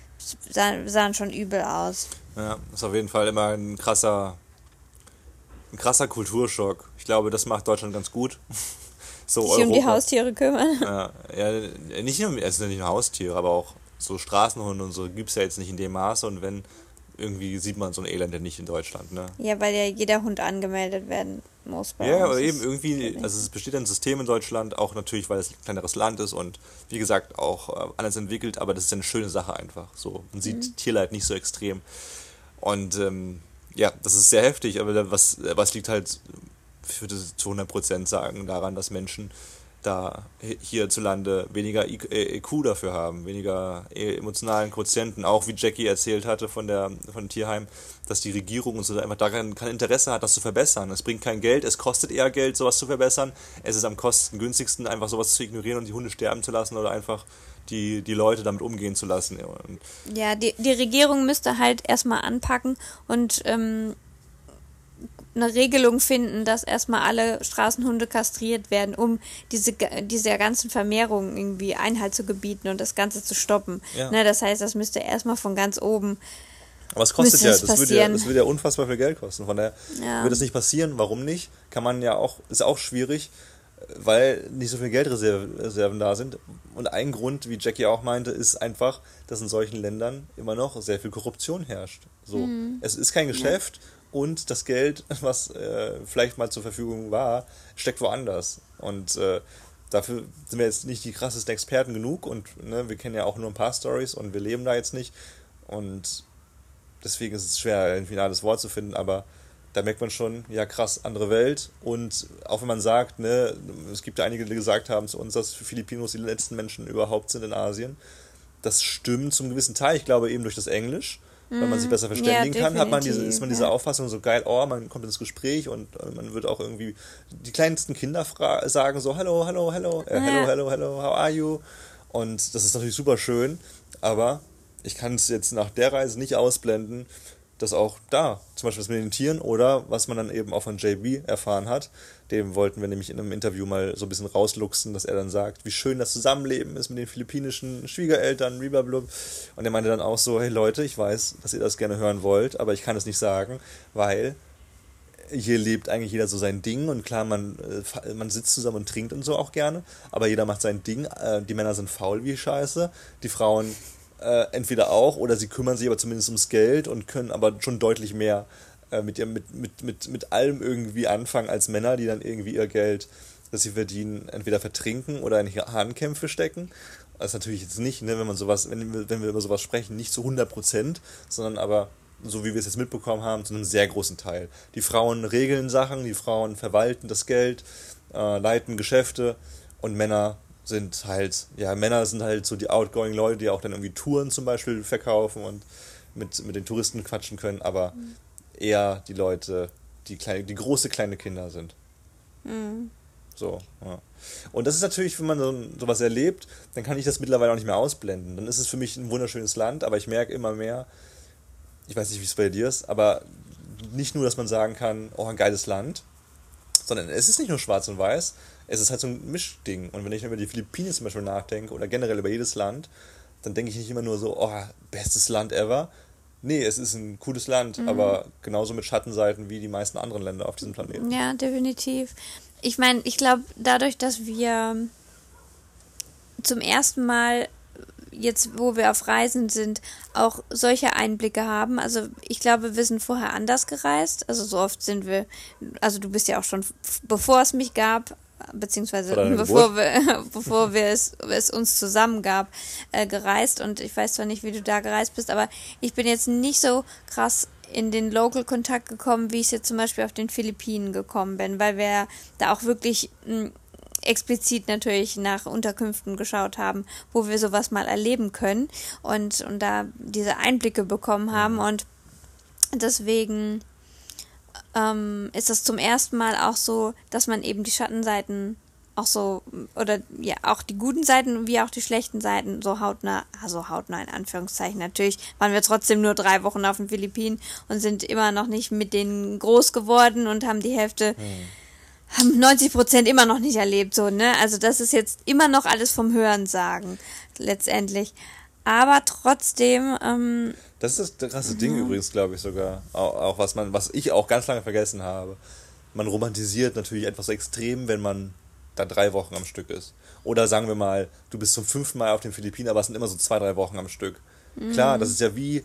sahen, sahen schon übel aus. Ja, ist auf jeden Fall immer ein krasser, ein krasser Kulturschock. Ich glaube, das macht Deutschland ganz gut. So sich Europa. Um die Haustiere kümmern. Ja, ja nicht nur, also nicht nur Haustiere, aber auch so Straßenhunde und so gibt es ja jetzt nicht in dem Maße, und wenn, irgendwie sieht man so ein Elend ja nicht in Deutschland, ne? Ja, weil ja jeder Hund angemeldet werden muss bei Ja, uns. aber eben irgendwie, also es besteht ein System in Deutschland, auch natürlich, weil es ein kleineres Land ist und wie gesagt auch anders entwickelt, aber das ist eine schöne Sache einfach, so. Man sieht mhm. Tierleid nicht so extrem. Und ähm, ja, das ist sehr heftig, aber was, was liegt halt, ich würde zu hundert Prozent sagen, daran, dass Menschen da hierzulande weniger I Q dafür haben, weniger emotionalen Quotienten, auch wie Jackie erzählt hatte von der von Tierheim, dass die Regierung und so einfach daran kein Interesse hat, das zu verbessern. Es bringt kein Geld, es kostet eher Geld, sowas zu verbessern. Es ist am kostengünstigsten, einfach sowas zu ignorieren und die Hunde sterben zu lassen oder einfach die, die Leute damit umgehen zu lassen. Und ja, die, die Regierung müsste halt erstmal anpacken und ähm, eine Regelung finden, dass erstmal alle Straßenhunde kastriert werden, um diese dieser ganzen Vermehrung irgendwie Einhalt zu gebieten und das Ganze zu stoppen. Ja. Ne, das heißt, das müsste erstmal von ganz oben. Aber es kostet ja, das würde ja, das würde ja unfassbar viel Geld kosten. Von daher ja. wird es nicht passieren. Warum nicht? Kann man ja auch, ist auch schwierig, weil nicht so viele Geldreserven da sind. Und ein Grund, wie Jackie auch meinte, ist einfach, dass in solchen Ländern immer noch sehr viel Korruption herrscht. So, mhm. Es ist kein Geschäft. Ja. Und das Geld, was äh, vielleicht mal zur Verfügung war, steckt woanders. Und äh, dafür sind wir jetzt nicht die krassesten Experten genug. Und ne, wir kennen ja auch nur ein paar Storys und wir leben da jetzt nicht. Und deswegen ist es schwer, ein finales Wort zu finden. Aber da merkt man schon, ja krass, andere Welt. Und auch wenn man sagt, ne, es gibt ja einige, die gesagt haben zu uns, dass Filipinos die letzten Menschen überhaupt sind in Asien. Das stimmt zum gewissen Teil. Ich glaube eben durch das Englisch. Wenn man sich besser verständigen ja, kann, hat man diese, ist man diese ja. Auffassung so geil, oh, man kommt ins Gespräch und man wird auch irgendwie, die kleinsten Kinder fra- sagen so, hello, hello, hello, äh, hello, ja. hello, hello, how are you? Und das ist natürlich super schön, aber ich kann es jetzt nach der Reise nicht ausblenden, das auch da, zum Beispiel das mit den Tieren oder was man dann eben auch von J B erfahren hat, dem wollten wir nämlich in einem Interview mal so ein bisschen rausluchsen, dass er dann sagt, wie schön das Zusammenleben ist mit den philippinischen Schwiegereltern, blablabla. Und er meinte dann auch so, hey Leute, ich weiß, dass ihr das gerne hören wollt, aber ich kann es nicht sagen, weil hier lebt eigentlich jeder so sein Ding und klar, man, man sitzt zusammen und trinkt und so auch gerne, aber jeder macht sein Ding, die Männer sind faul wie Scheiße, die Frauen Äh, entweder auch oder sie kümmern sich aber zumindest ums Geld und können aber schon deutlich mehr äh, mit, ihr, mit, mit, mit, mit allem irgendwie anfangen als Männer, die dann irgendwie ihr Geld, das sie verdienen, entweder vertrinken oder in Hahnkämpfe stecken. Das ist natürlich jetzt nicht, ne, wenn man sowas, wenn wir, wenn wir über sowas sprechen, nicht zu hundert Prozent, sondern aber, so wie wir es jetzt mitbekommen haben, zu einem sehr großen Teil. Die Frauen regeln Sachen, die Frauen verwalten das Geld, äh, leiten Geschäfte und Männer sind halt, ja, Männer sind halt so die outgoing Leute, die auch dann irgendwie Touren zum Beispiel verkaufen und mit, mit den Touristen quatschen können, aber mhm. eher die Leute, die kleine, die große kleine Kinder sind. Mhm. So, ja. Und das ist natürlich, wenn man so, sowas erlebt, dann kann ich das mittlerweile auch nicht mehr ausblenden. Dann ist es für mich ein wunderschönes Land, aber ich merke immer mehr, ich weiß nicht, wie es bei dir ist, aber nicht nur, dass man sagen kann, oh, ein geiles Land, sondern es ist nicht nur schwarz und weiß, es ist halt so ein Mischding. Und wenn ich über die Philippinen zum Beispiel nachdenke oder generell über jedes Land, dann denke ich nicht immer nur so, oh, bestes Land ever. Nee, es ist ein cooles Land, mhm. aber genauso mit Schattenseiten wie die meisten anderen Länder auf diesem Planeten. Ja, definitiv. Ich meine, ich glaube, dadurch, dass wir zum ersten Mal jetzt, wo wir auf Reisen sind, auch solche Einblicke haben. Also ich glaube, wir sind vorher anders gereist. Also so oft sind wir, also du bist ja auch schon, bevor es mich gab, beziehungsweise bevor wir, bevor wir es, es uns zusammen gab, äh, gereist. Und ich weiß zwar nicht, wie du da gereist bist, aber ich bin jetzt nicht so krass in den Local-Kontakt gekommen, wie ich jetzt zum Beispiel auf den Philippinen gekommen bin, weil wir da auch wirklich mh, explizit natürlich nach Unterkünften geschaut haben, wo wir sowas mal erleben können und, und da diese Einblicke bekommen haben. Und deswegen ähm, ist das zum ersten Mal auch so, dass man eben die Schattenseiten auch so, oder ja, auch die guten Seiten wie auch die schlechten Seiten so hautnah, also hautnah in Anführungszeichen. Natürlich waren wir trotzdem nur drei Wochen auf den Philippinen und sind immer noch nicht mit denen groß geworden und haben die Hälfte, hm. haben neunzig Prozent immer noch nicht erlebt, so, ne? Also das ist jetzt immer noch alles vom Hörensagen, letztendlich. Aber trotzdem, ähm, das ist das krasse Ding übrigens, glaube ich sogar. Auch, auch was man, was ich auch ganz lange vergessen habe. Man romantisiert natürlich etwas extrem, wenn man da drei Wochen am Stück ist. Oder sagen wir mal, du bist zum fünften Mal auf den Philippinen, aber es sind immer so zwei, drei Wochen am Stück. Mhm. Klar, das ist ja wie,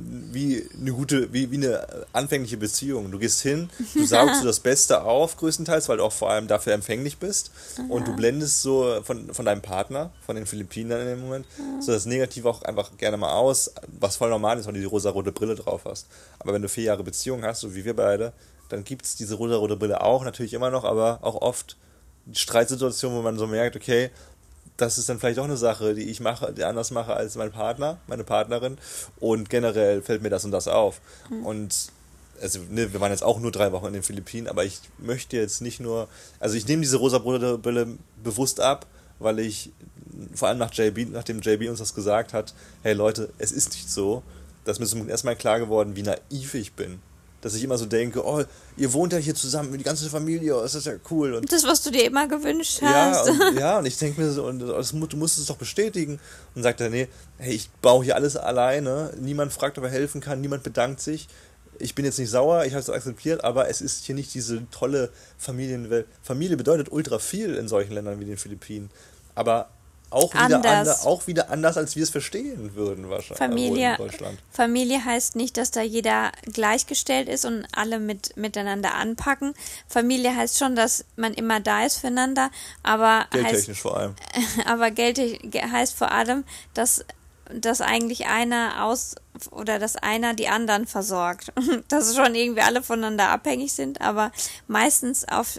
wie eine gute, wie, wie eine anfängliche Beziehung. Du gehst hin, du saugst du das Beste auf, größtenteils, weil du auch vor allem dafür empfänglich bist. Aha. Und du blendest so von, von deinem Partner, von den Philippinern in dem Moment, ja. so das Negative auch einfach gerne mal aus, was voll normal ist, weil du die rosa-rote Brille drauf hast. Aber wenn du vier Jahre Beziehung hast, so wie wir beide, dann gibt es diese rosa-rote Brille auch, natürlich immer noch, aber auch oft Streitsituation, wo man so merkt, okay, das ist dann vielleicht auch eine Sache, die ich mache, die anders mache als mein Partner, meine Partnerin, und generell fällt mir das und das auf. Mhm. Und also, ne, wir waren jetzt auch nur drei Wochen in den Philippinen, aber ich möchte jetzt nicht nur, also ich nehme diese rosa-rote Brille bewusst ab, weil ich, vor allem nach J B, nachdem J B uns das gesagt hat, hey Leute, es ist nicht so, dass mir zum ersten Mal klar geworden, wie naiv ich bin. Dass ich immer so denke, oh, ihr wohnt ja hier zusammen, die ganze Familie, oh, das ist ja cool. Und das, was du dir immer gewünscht ja, hast. Und, ja, und ich denke mir so, und das, du musst es doch bestätigen. Und sagt er, nee, hey, ich baue hier alles alleine, niemand fragt, ob er helfen kann, niemand bedankt sich. Ich bin jetzt nicht sauer, ich habe es akzeptiert, aber es ist hier nicht diese tolle Familienwelt. Familie bedeutet ultra viel in solchen Ländern wie den Philippinen. Aber auch wieder, anders. Ander, auch wieder anders, als wir es verstehen würden wahrscheinlich Familie, in Deutschland. Familie heißt nicht, dass da jeder gleichgestellt ist und alle mit, miteinander anpacken. Familie heißt schon, dass man immer da ist füreinander, aber geldtechnisch heißt, vor allem. Aber Geld heißt vor allem, dass, dass eigentlich einer aus oder dass einer die anderen versorgt. Dass schon irgendwie alle voneinander abhängig sind, aber meistens auf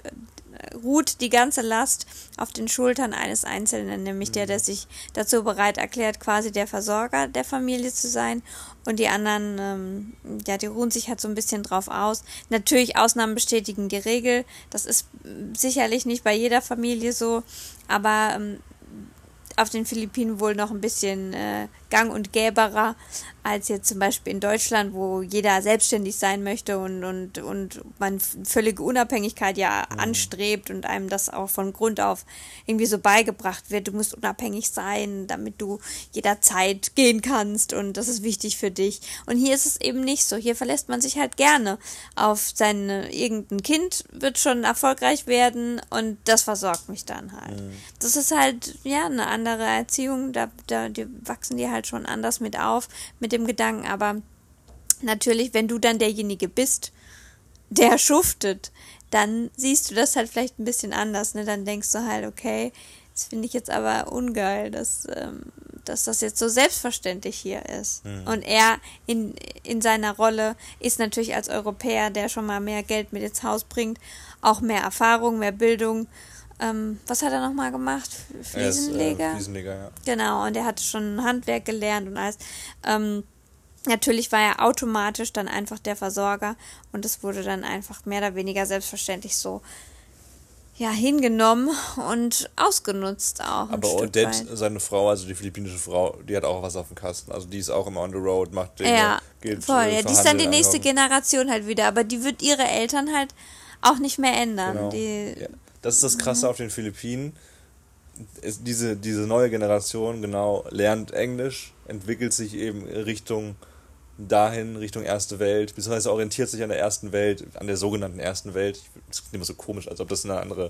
ruht die ganze Last auf den Schultern eines Einzelnen, nämlich der, der sich dazu bereit erklärt, quasi der Versorger der Familie zu sein, und die anderen, ähm, ja, die ruhen sich halt so ein bisschen drauf aus. Natürlich, Ausnahmen bestätigen die Regel, das ist sicherlich nicht bei jeder Familie so, aber ähm, auf den Philippinen wohl noch ein bisschen äh, gang und gäberer als jetzt zum Beispiel in Deutschland, wo jeder selbstständig sein möchte und, und, und man völlige Unabhängigkeit ja mhm. anstrebt und einem das auch von Grund auf irgendwie so beigebracht wird. Du musst unabhängig sein, damit du jederzeit gehen kannst und das ist wichtig für dich. Und hier ist es eben nicht so. Hier verlässt man sich halt gerne auf seine, irgendein Kind wird schon erfolgreich werden und das versorgt mich dann halt. Mhm. Das ist halt, ja, eine andere Erziehung, da, da die wachsen die halt schon anders mit auf, mit dem Gedanken, aber natürlich, wenn du dann derjenige bist, der schuftet, dann siehst du das halt vielleicht ein bisschen anders, ne? Dann denkst du halt, okay, das finde ich jetzt aber ungeil, dass, ähm, dass das jetzt so selbstverständlich hier ist. Mhm. Und er in, in seiner Rolle ist natürlich als Europäer, der schon mal mehr Geld mit ins Haus bringt, auch mehr Erfahrung, mehr Bildung. Ähm, was hat er nochmal gemacht? Fliesenleger? Äh, Fliesenleger, ja. Genau, und er hatte schon Handwerk gelernt und alles. Ähm, natürlich war er automatisch dann einfach der Versorger und es wurde dann einfach mehr oder weniger selbstverständlich so ja, hingenommen und ausgenutzt auch. Aber Odette, seine Frau, also die philippinische Frau, die hat auch was auf dem Kasten. Also die ist auch immer on the road, macht Dinge, ja, geht voll. Ja, die ist dann die nächste einkaufen. Generation halt wieder, aber die wird ihre Eltern halt auch nicht mehr ändern. Genau. Die, ja. Das ist das Krasse mhm. auf den Philippinen. Ist diese, diese neue Generation, genau, lernt Englisch, entwickelt sich eben Richtung dahin, Richtung Erste Welt, beziehungsweise orientiert sich an der Ersten Welt, an der sogenannten Ersten Welt. Das klingt immer so komisch, als ob das eine andere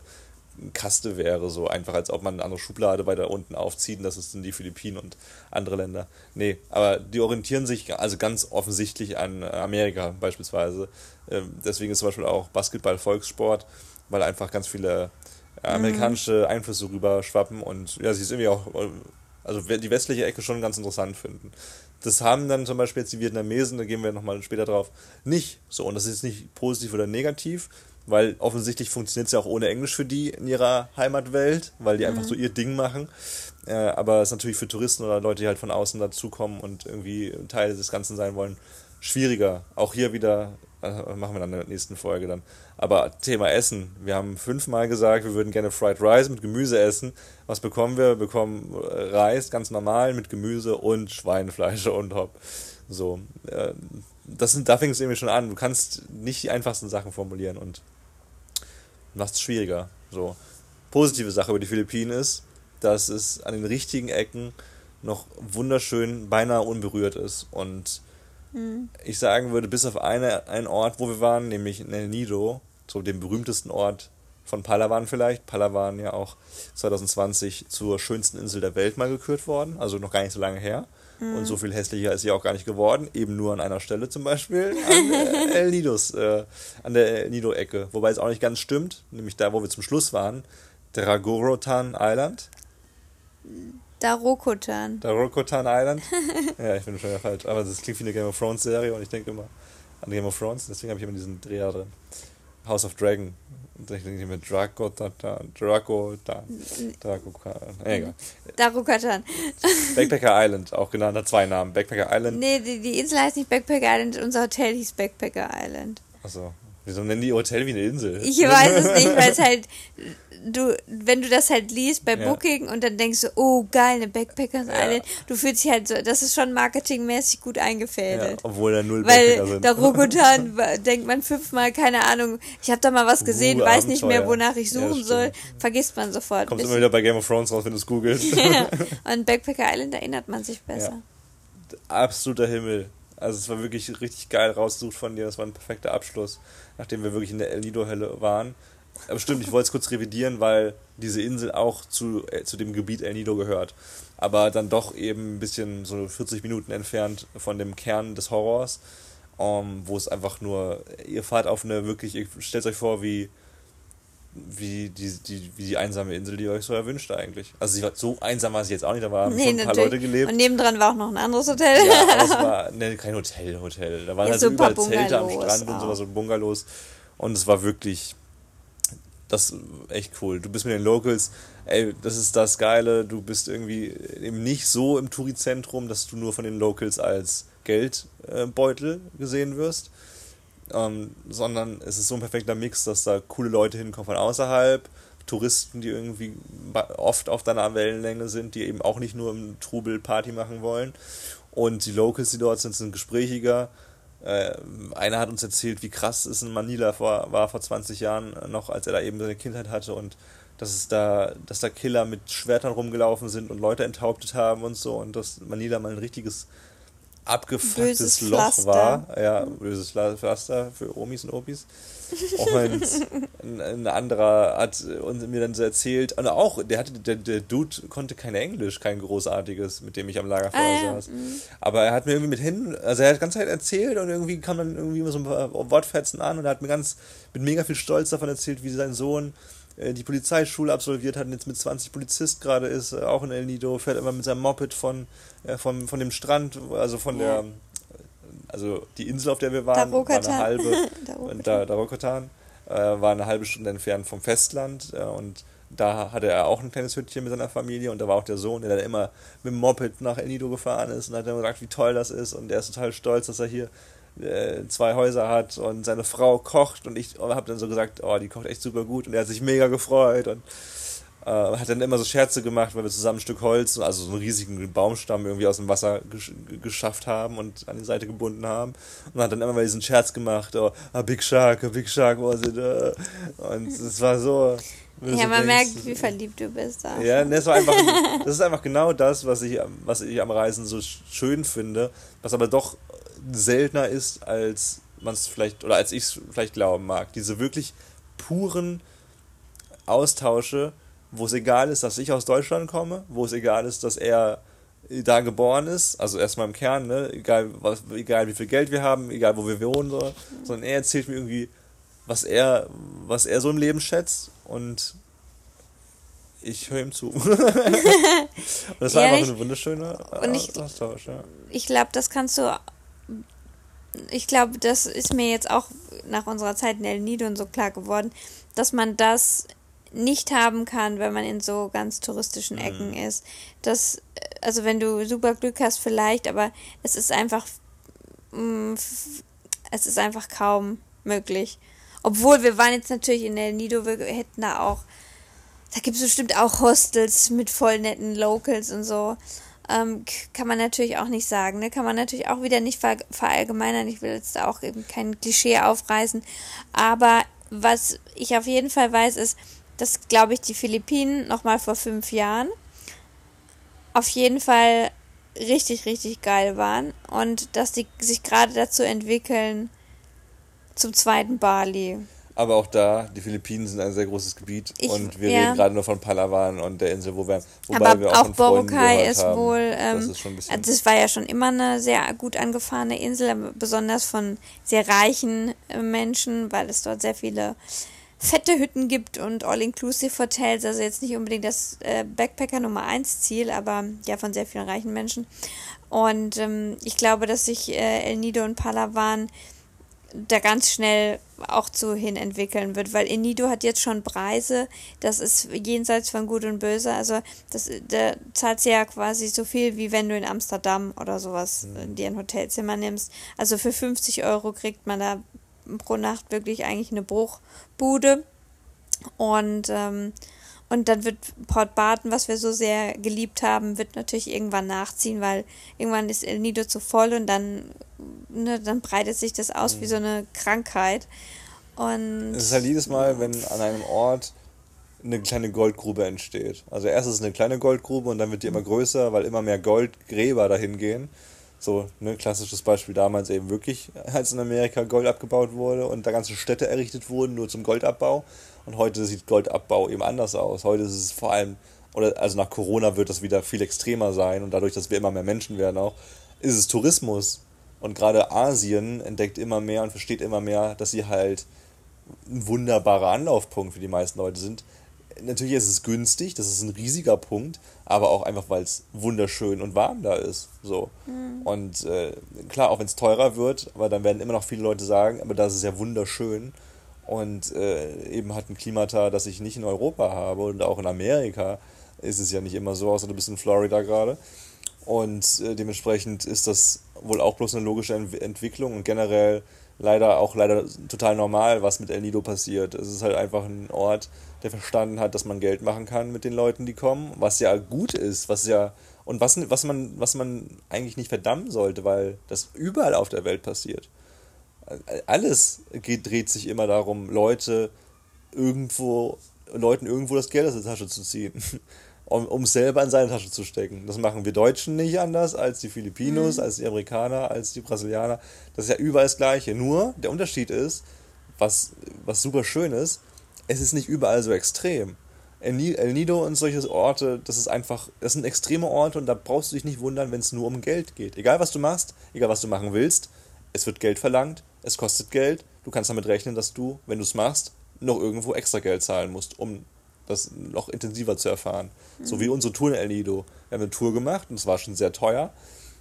Kaste wäre, so einfach, als ob man eine andere Schublade weiter unten aufzieht, und das ist dann die Philippinen und andere Länder. Nee, aber die orientieren sich also ganz offensichtlich an Amerika beispielsweise. Deswegen ist zum Beispiel auch Basketball Volkssport, weil einfach ganz viele amerikanische Einflüsse rüber schwappen und ja, sie ist irgendwie auch, also die westliche Ecke schon ganz interessant finden. Das haben dann zum Beispiel jetzt die Vietnamesen, da gehen wir nochmal später drauf, nicht so. Und das ist nicht positiv oder negativ, weil offensichtlich funktioniert es ja auch ohne Englisch für die in ihrer Heimatwelt, weil die mhm. einfach so ihr Ding machen. Äh, aber es ist natürlich für Touristen oder Leute, die halt von außen dazukommen und irgendwie Teil des Ganzen sein wollen, schwieriger. Auch hier wieder, äh, machen wir dann in der nächsten Folge dann. Aber Thema Essen. Wir haben fünfmal gesagt, wir würden gerne Fried Rice mit Gemüse essen. Was bekommen wir? Wir bekommen Reis, ganz normal, mit Gemüse und Schweinefleisch und Hop. So, äh, das sind, da fängt es irgendwie schon an. Du kannst nicht die einfachsten Sachen formulieren und machst es schwieriger. So. Positive Sache über die Philippinen ist, dass es an den richtigen Ecken noch wunderschön, beinahe unberührt ist. Und mhm. ich sagen würde, bis auf eine, einen Ort, wo wir waren, nämlich in El Nido, so dem berühmtesten Ort von Palawan vielleicht. Palawan ja auch zwanzig zwanzig zur schönsten Insel der Welt mal gekürt worden, also noch gar nicht so lange her. Mhm. Und so viel hässlicher ist sie auch gar nicht geworden, eben nur an einer Stelle zum Beispiel, an äh, El Nidos, äh, an der El Nido-Ecke. Wobei es auch nicht ganz stimmt, nämlich da, wo wir zum Schluss waren, Dragokotan Island. Darokotan. Darokotan Island? Ja, ich bin schon wieder falsch. Aber das klingt wie eine Game of Thrones Serie und ich denke immer an Game of Thrones, deswegen habe ich immer diesen Dreher drin. House of Dragon. Und ich denke mir Dragokotan, Dragokotan, Dragokotan, egal. Darokotan. Backpacker Island, auch genannt, hat zwei Namen. Backpacker Island. Nee, die, die Insel heißt nicht Backpacker Island, unser Hotel hieß Backpacker Island. Achso. Wieso nennen die Hotel wie eine Insel? Ich weiß es nicht, weil es halt, du, wenn du das halt liest bei Ja. Booking und dann denkst du, oh geil, eine Backpackers Ja. Island, du fühlst dich halt so, das ist schon marketingmäßig gut Ja, eingefädelt. obwohl da null Backpacker Weil sind. der Rokotan denkt man fünfmal, keine Ahnung, ich habe da mal was gesehen, Uh, weiß nicht mehr, Abenteuer. wonach ich Ja, suchen das soll, stimmt. vergisst man sofort. Kommst Bis- immer wieder bei Game of Thrones raus, wenn du es googelst. Ja. Und Backpacker Island erinnert man sich besser. Ja. Absoluter Himmel. Also es war wirklich richtig geil rausgesucht von dir. Das war ein perfekter Abschluss, nachdem wir wirklich in der El Nido-Hölle waren. Aber stimmt, ich wollte es kurz revidieren, weil diese Insel auch zu, äh, zu dem Gebiet El Nido gehört. Aber dann doch eben ein bisschen so vierzig Minuten entfernt von dem Kern des Horrors, um, wo es einfach nur, ihr fahrt auf eine wirklich, ihr stellt euch vor, wie wie die, die, wie die einsame Insel, die ihr euch so erwünscht eigentlich. Also sie war, so einsam war sie jetzt auch nicht, da waren Nee, schon ein paar natürlich. Leute gelebt. Und nebendran war auch noch ein anderes Hotel. Ja, aber es war ne, kein Hotel, Hotel. Da waren Ja, halt so so ein paar überall Zelte am Bungalows Strand und auch. sowas und Bungalows. Und es war wirklich, das echt cool. Du bist mit den Locals, ey, das ist das Geile. Du bist irgendwie eben nicht so im Touri-Zentrum, dass du nur von den Locals als Geldbeutel gesehen wirst. Ähm, sondern es ist so ein perfekter Mix, dass da coole Leute hinkommen von außerhalb, Touristen, die irgendwie oft auf deiner Wellenlänge sind, die eben auch nicht nur im Trubel Party machen wollen. Und die Locals, die dort sind, sind gesprächiger. Äh, einer hat uns erzählt, wie krass es in Manila vor, war vor zwanzig Jahren noch, als er da eben seine Kindheit hatte und dass es da, dass da Killer mit Schwertern rumgelaufen sind und Leute enthauptet haben und so und dass Manila mal ein richtiges abgefucktes Böses Loch Pflaster. war. Ja, böses Pflaster für Omis und Opis. Und ein, ein anderer hat uns mir dann so erzählt, und auch, der hatte, der, der Dude konnte kein Englisch, kein großartiges, mit dem ich am Lagerfeuer Ah, ja. saß. Aber er hat mir irgendwie mit hin, also er hat die ganze Zeit erzählt und irgendwie kam dann irgendwie immer so ein paar Wortfetzen an und er hat mir ganz mit mega viel Stolz davon erzählt, wie sein Sohn äh, die Polizeischule absolviert hat und jetzt mit zwanzig Polizist gerade ist, äh, auch in El Nido, fährt immer mit seinem Moped von, äh, von, von dem Strand, also von Ja. der, also die Insel, auf der wir waren, war eine Darokatan. halbe, Darokatan. da, Darokatan, äh, war eine halbe Stunde entfernt vom Festland äh, und da hatte er auch ein kleines Hütchen mit seiner Familie und da war auch der Sohn, der dann immer mit dem Moped nach El Nido gefahren ist und hat dann gesagt, wie toll das ist und er ist total stolz, dass er hier äh, zwei Häuser hat und seine Frau kocht und ich habe dann so gesagt, oh, die kocht echt super gut und er hat sich mega gefreut und äh, hat dann immer so Scherze gemacht, weil wir zusammen ein Stück Holz, also so einen riesigen Baumstamm irgendwie aus dem Wasser gesch geschafft haben und an die Seite gebunden haben und hat dann immer mal diesen Scherz gemacht, oh, a big shark, a big shark was it, uh. Und es war so... Ja, so man denkst, merkt, wie verliebt du bist da. ja, das, war einfach, das ist einfach genau das, was ich, was ich am Reisen so schön finde, was aber doch seltener ist, als man es vielleicht, oder als ich es vielleicht glauben mag. Diese wirklich puren Austausche, wo es egal ist, dass ich aus Deutschland komme, wo es egal ist, dass er da geboren ist, also erstmal im Kern, ne, egal, was, egal wie viel Geld wir haben, egal wo wir wohnen, so, sondern er erzählt mir irgendwie, was er, was er so im Leben schätzt und ich höre ihm zu. Und das war Ja, einfach ich- eine wunderschöne und ich- Austausch. Ja. Ich glaube, das kannst du. Ich glaube, das ist mir jetzt auch nach unserer Zeit in El Nido und so klar geworden, dass man das nicht haben kann, wenn man in so ganz touristischen Ecken ist. Das, also wenn du super Glück hast, vielleicht, aber es ist einfach, mh, f- es ist einfach kaum möglich. Obwohl, wir waren jetzt natürlich in El Nido, wir hätten da auch, da gibt es bestimmt auch Hostels mit voll netten Locals und so. Ähm, k- kann man natürlich auch nicht sagen, ne? Kann man natürlich auch wieder nicht ver verallgemeinern. Ich will jetzt da auch eben kein Klischee aufreißen. Aber was ich auf jeden Fall weiß, ist, dass, glaube ich, die Philippinen nochmal vor fünf Jahren auf jeden Fall richtig, richtig geil waren. Und dass die sich gerade dazu entwickeln zum zweiten Bali. Aber auch da, die Philippinen sind ein sehr großes Gebiet Ich- und wir ja. reden gerade nur von Palawan und der Insel, wo wir, wobei Aber wir auch, auch von Freunden Boracay gehört ist haben. wohl, das ähm, ist schon ein bisschen, also das war ja schon immer eine sehr gut angefahrene Insel, aber besonders von sehr reichen äh, Menschen, weil es dort sehr viele fette Hütten gibt und All-Inclusive-Hotels, also jetzt nicht unbedingt das äh, Backpacker Nummer eins Ziel, aber ja von sehr vielen reichen Menschen. Und ähm, ich glaube, dass sich äh, El Nido und Palawan da ganz schnell auch zu hin entwickeln wird, weil El Nido hat jetzt schon Preise, das ist jenseits von Gut und Böse, also das, da zahlst du ja quasi so viel, wie wenn du in Amsterdam oder sowas mhm. dir ein Hotelzimmer nimmst. Also für fünfzig Euro kriegt man da pro Nacht wirklich eigentlich eine Bruchbude und ähm, und dann wird Port Barton, was wir so sehr geliebt haben, wird natürlich irgendwann nachziehen, weil irgendwann ist El Nido zu voll und dann, ne, dann breitet sich das aus mhm. wie so eine Krankheit. Und es ist halt jedes Mal, wenn an einem Ort eine kleine Goldgrube entsteht. Also erst ist es eine kleine Goldgrube und dann wird die immer größer, weil immer mehr Goldgräber dahin gehen. So, ne, klassisches Beispiel damals eben wirklich, als in Amerika Gold abgebaut wurde und da ganze Städte errichtet wurden, nur zum Goldabbau. Und heute sieht Goldabbau eben anders aus. Heute ist es vor allem, oder also nach Corona wird das wieder viel extremer sein und dadurch, dass wir immer mehr Menschen werden auch, ist es Tourismus. Und gerade Asien entdeckt immer mehr und versteht immer mehr, dass sie halt ein wunderbarer Anlaufpunkt für die meisten Leute sind. Natürlich ist es günstig, das ist ein riesiger Punkt, aber auch einfach, weil es wunderschön und warm da ist. So. Mhm. Und äh, klar, auch wenn es teurer wird, aber dann werden immer noch viele Leute sagen, aber das ist ja wunderschön. Und äh, eben hat ein Klimata, das ich nicht in Europa habe und auch in Amerika ist es ja nicht immer so, außer du bist in Florida gerade. Und äh, dementsprechend ist das wohl auch bloß eine logische Ent- Entwicklung und generell leider auch leider total normal, was mit El Nido passiert. Es ist halt einfach ein Ort, der verstanden hat, dass man Geld machen kann mit den Leuten, die kommen, was ja gut ist, was ja und was, was man was man eigentlich nicht verdammen sollte, weil das überall auf der Welt passiert. Alles geht, dreht sich immer darum, Leute irgendwo Leuten irgendwo das Geld aus der Tasche zu ziehen, um, um es selber in seine Tasche zu stecken. Das machen wir Deutschen nicht anders als die Filipinos, mhm. als die Amerikaner, als die Brasilianer. Das ist ja überall das Gleiche. Nur der Unterschied ist, was, was super schön ist, es ist nicht überall so extrem. El Nido und solche Orte, das ist einfach, das sind extreme Orte und da brauchst du dich nicht wundern, wenn es nur um Geld geht. Egal was du machst, egal was du machen willst, es wird Geld verlangt, es kostet Geld, du kannst damit rechnen, dass du, wenn du es machst, noch irgendwo extra Geld zahlen musst, um das noch intensiver zu erfahren. Mhm. So wie unsere Tour in El Nido. Wir haben eine Tour gemacht und es war schon sehr teuer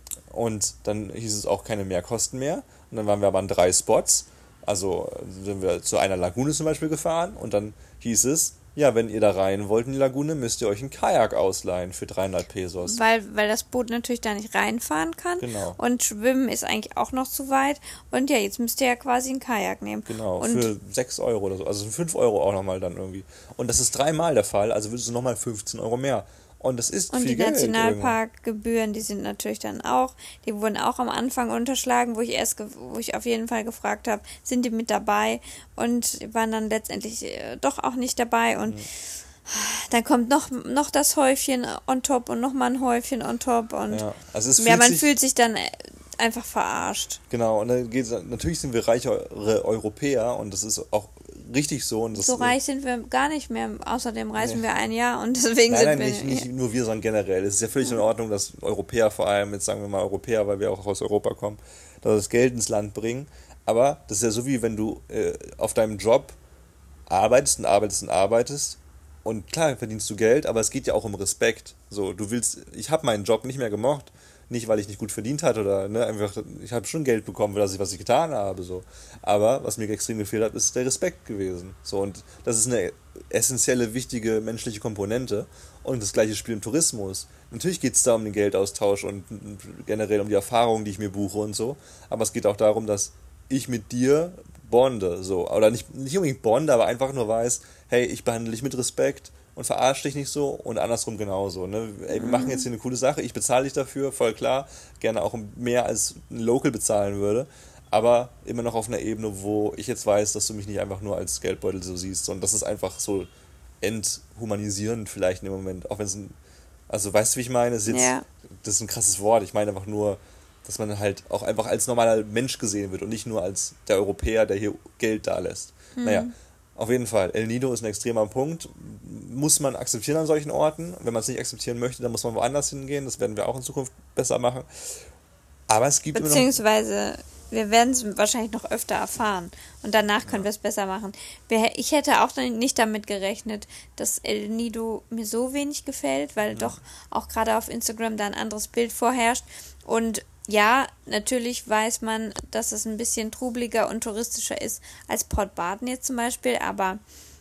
und dann hieß es auch keine Mehrkosten mehr und dann waren wir aber an drei Spots, also sind wir zu einer Lagune zum Beispiel gefahren und dann hieß es, ja, wenn ihr da rein wollt in die Lagune, müsst ihr euch einen Kajak ausleihen für dreihundert Pesos. Weil, weil das Boot natürlich da nicht reinfahren kann. Genau. Und Schwimmen ist eigentlich auch noch zu weit. Und ja, jetzt müsst ihr ja quasi einen Kajak nehmen. Genau, und für sechs Euro oder so. Also fünf Euro auch nochmal dann irgendwie. Und das ist dreimal der Fall, also würdest du nochmal fünfzehn Euro mehr. Und das ist und viel die Geld. Nationalparkgebühren, die sind natürlich dann auch, die wurden auch am Anfang unterschlagen, wo ich erst, ge- wo ich auf jeden Fall gefragt habe, sind die mit dabei? Und waren dann letztendlich äh, doch auch nicht dabei. Und mhm. dann kommt noch, noch das Häufchen on top und nochmal ein Häufchen on top. Und ja, also es ja fühlt man sich, fühlt sich dann einfach verarscht. Genau, und dann geht's, natürlich sind wir reichere Europäer und das ist auch richtig so. Und das so reich sind wir gar nicht mehr. Außerdem reisen nee. wir ein Jahr und deswegen nein, sind nein, wir... nicht, nicht nur wir, sondern generell. Es ist ja völlig in Ordnung, dass Europäer vor allem, jetzt sagen wir mal Europäer, weil wir auch aus Europa kommen, dass das Geld ins Land bringen. Aber das ist ja so, wie wenn du äh, auf deinem Job arbeitest und arbeitest und arbeitest. Und klar verdienst du Geld, aber es geht ja auch um Respekt. So, du willst, ich habe meinen Job nicht mehr gemocht, nicht weil ich nicht gut verdient hatte oder ne, einfach, ich habe schon Geld bekommen, für das ich was ich getan habe, so. Aber was mir extrem gefehlt hat, ist der Respekt gewesen. So, und das ist eine essentielle, wichtige menschliche Komponente. Und das gleiche Spiel im Tourismus. Natürlich geht es da um den Geldaustausch und generell um die Erfahrungen, die ich mir buche und so. Aber es geht auch darum, dass ich mit dir bonde, so. Oder nicht, nicht unbedingt bonde, aber einfach nur weiß, hey, ich behandle dich mit Respekt und verarsche dich nicht so und andersrum genauso. Ne? Ey, wir machen jetzt hier eine coole Sache, ich bezahle dich dafür, voll klar, gerne auch mehr als ein Local bezahlen würde, aber immer noch auf einer Ebene, wo ich jetzt weiß, dass du mich nicht einfach nur als Geldbeutel so siehst, sondern das ist einfach so enthumanisierend vielleicht in dem Moment, auch wenn es ein, also weißt du, wie ich meine? Das ist, jetzt, ja. das ist ein krasses Wort, ich meine einfach nur, dass man halt auch einfach als normaler Mensch gesehen wird und nicht nur als der Europäer, der hier Geld da lässt. Mhm. Naja, auf jeden Fall, El Nido ist ein extremer Punkt, muss man akzeptieren an solchen Orten. Wenn man es nicht akzeptieren möchte, dann muss man woanders hingehen, das werden wir auch in Zukunft besser machen. Aber es gibt Beziehungsweise, immer noch wir werden es wahrscheinlich noch öfter erfahren und danach können ja. wir es besser machen. Ich hätte auch nicht damit gerechnet, dass El Nido mir so wenig gefällt, weil ja. doch auch gerade auf Instagram da ein anderes Bild vorherrscht. Und ja, natürlich weiß man, dass es ein bisschen trubeliger und touristischer ist als Port Barton jetzt zum Beispiel, aber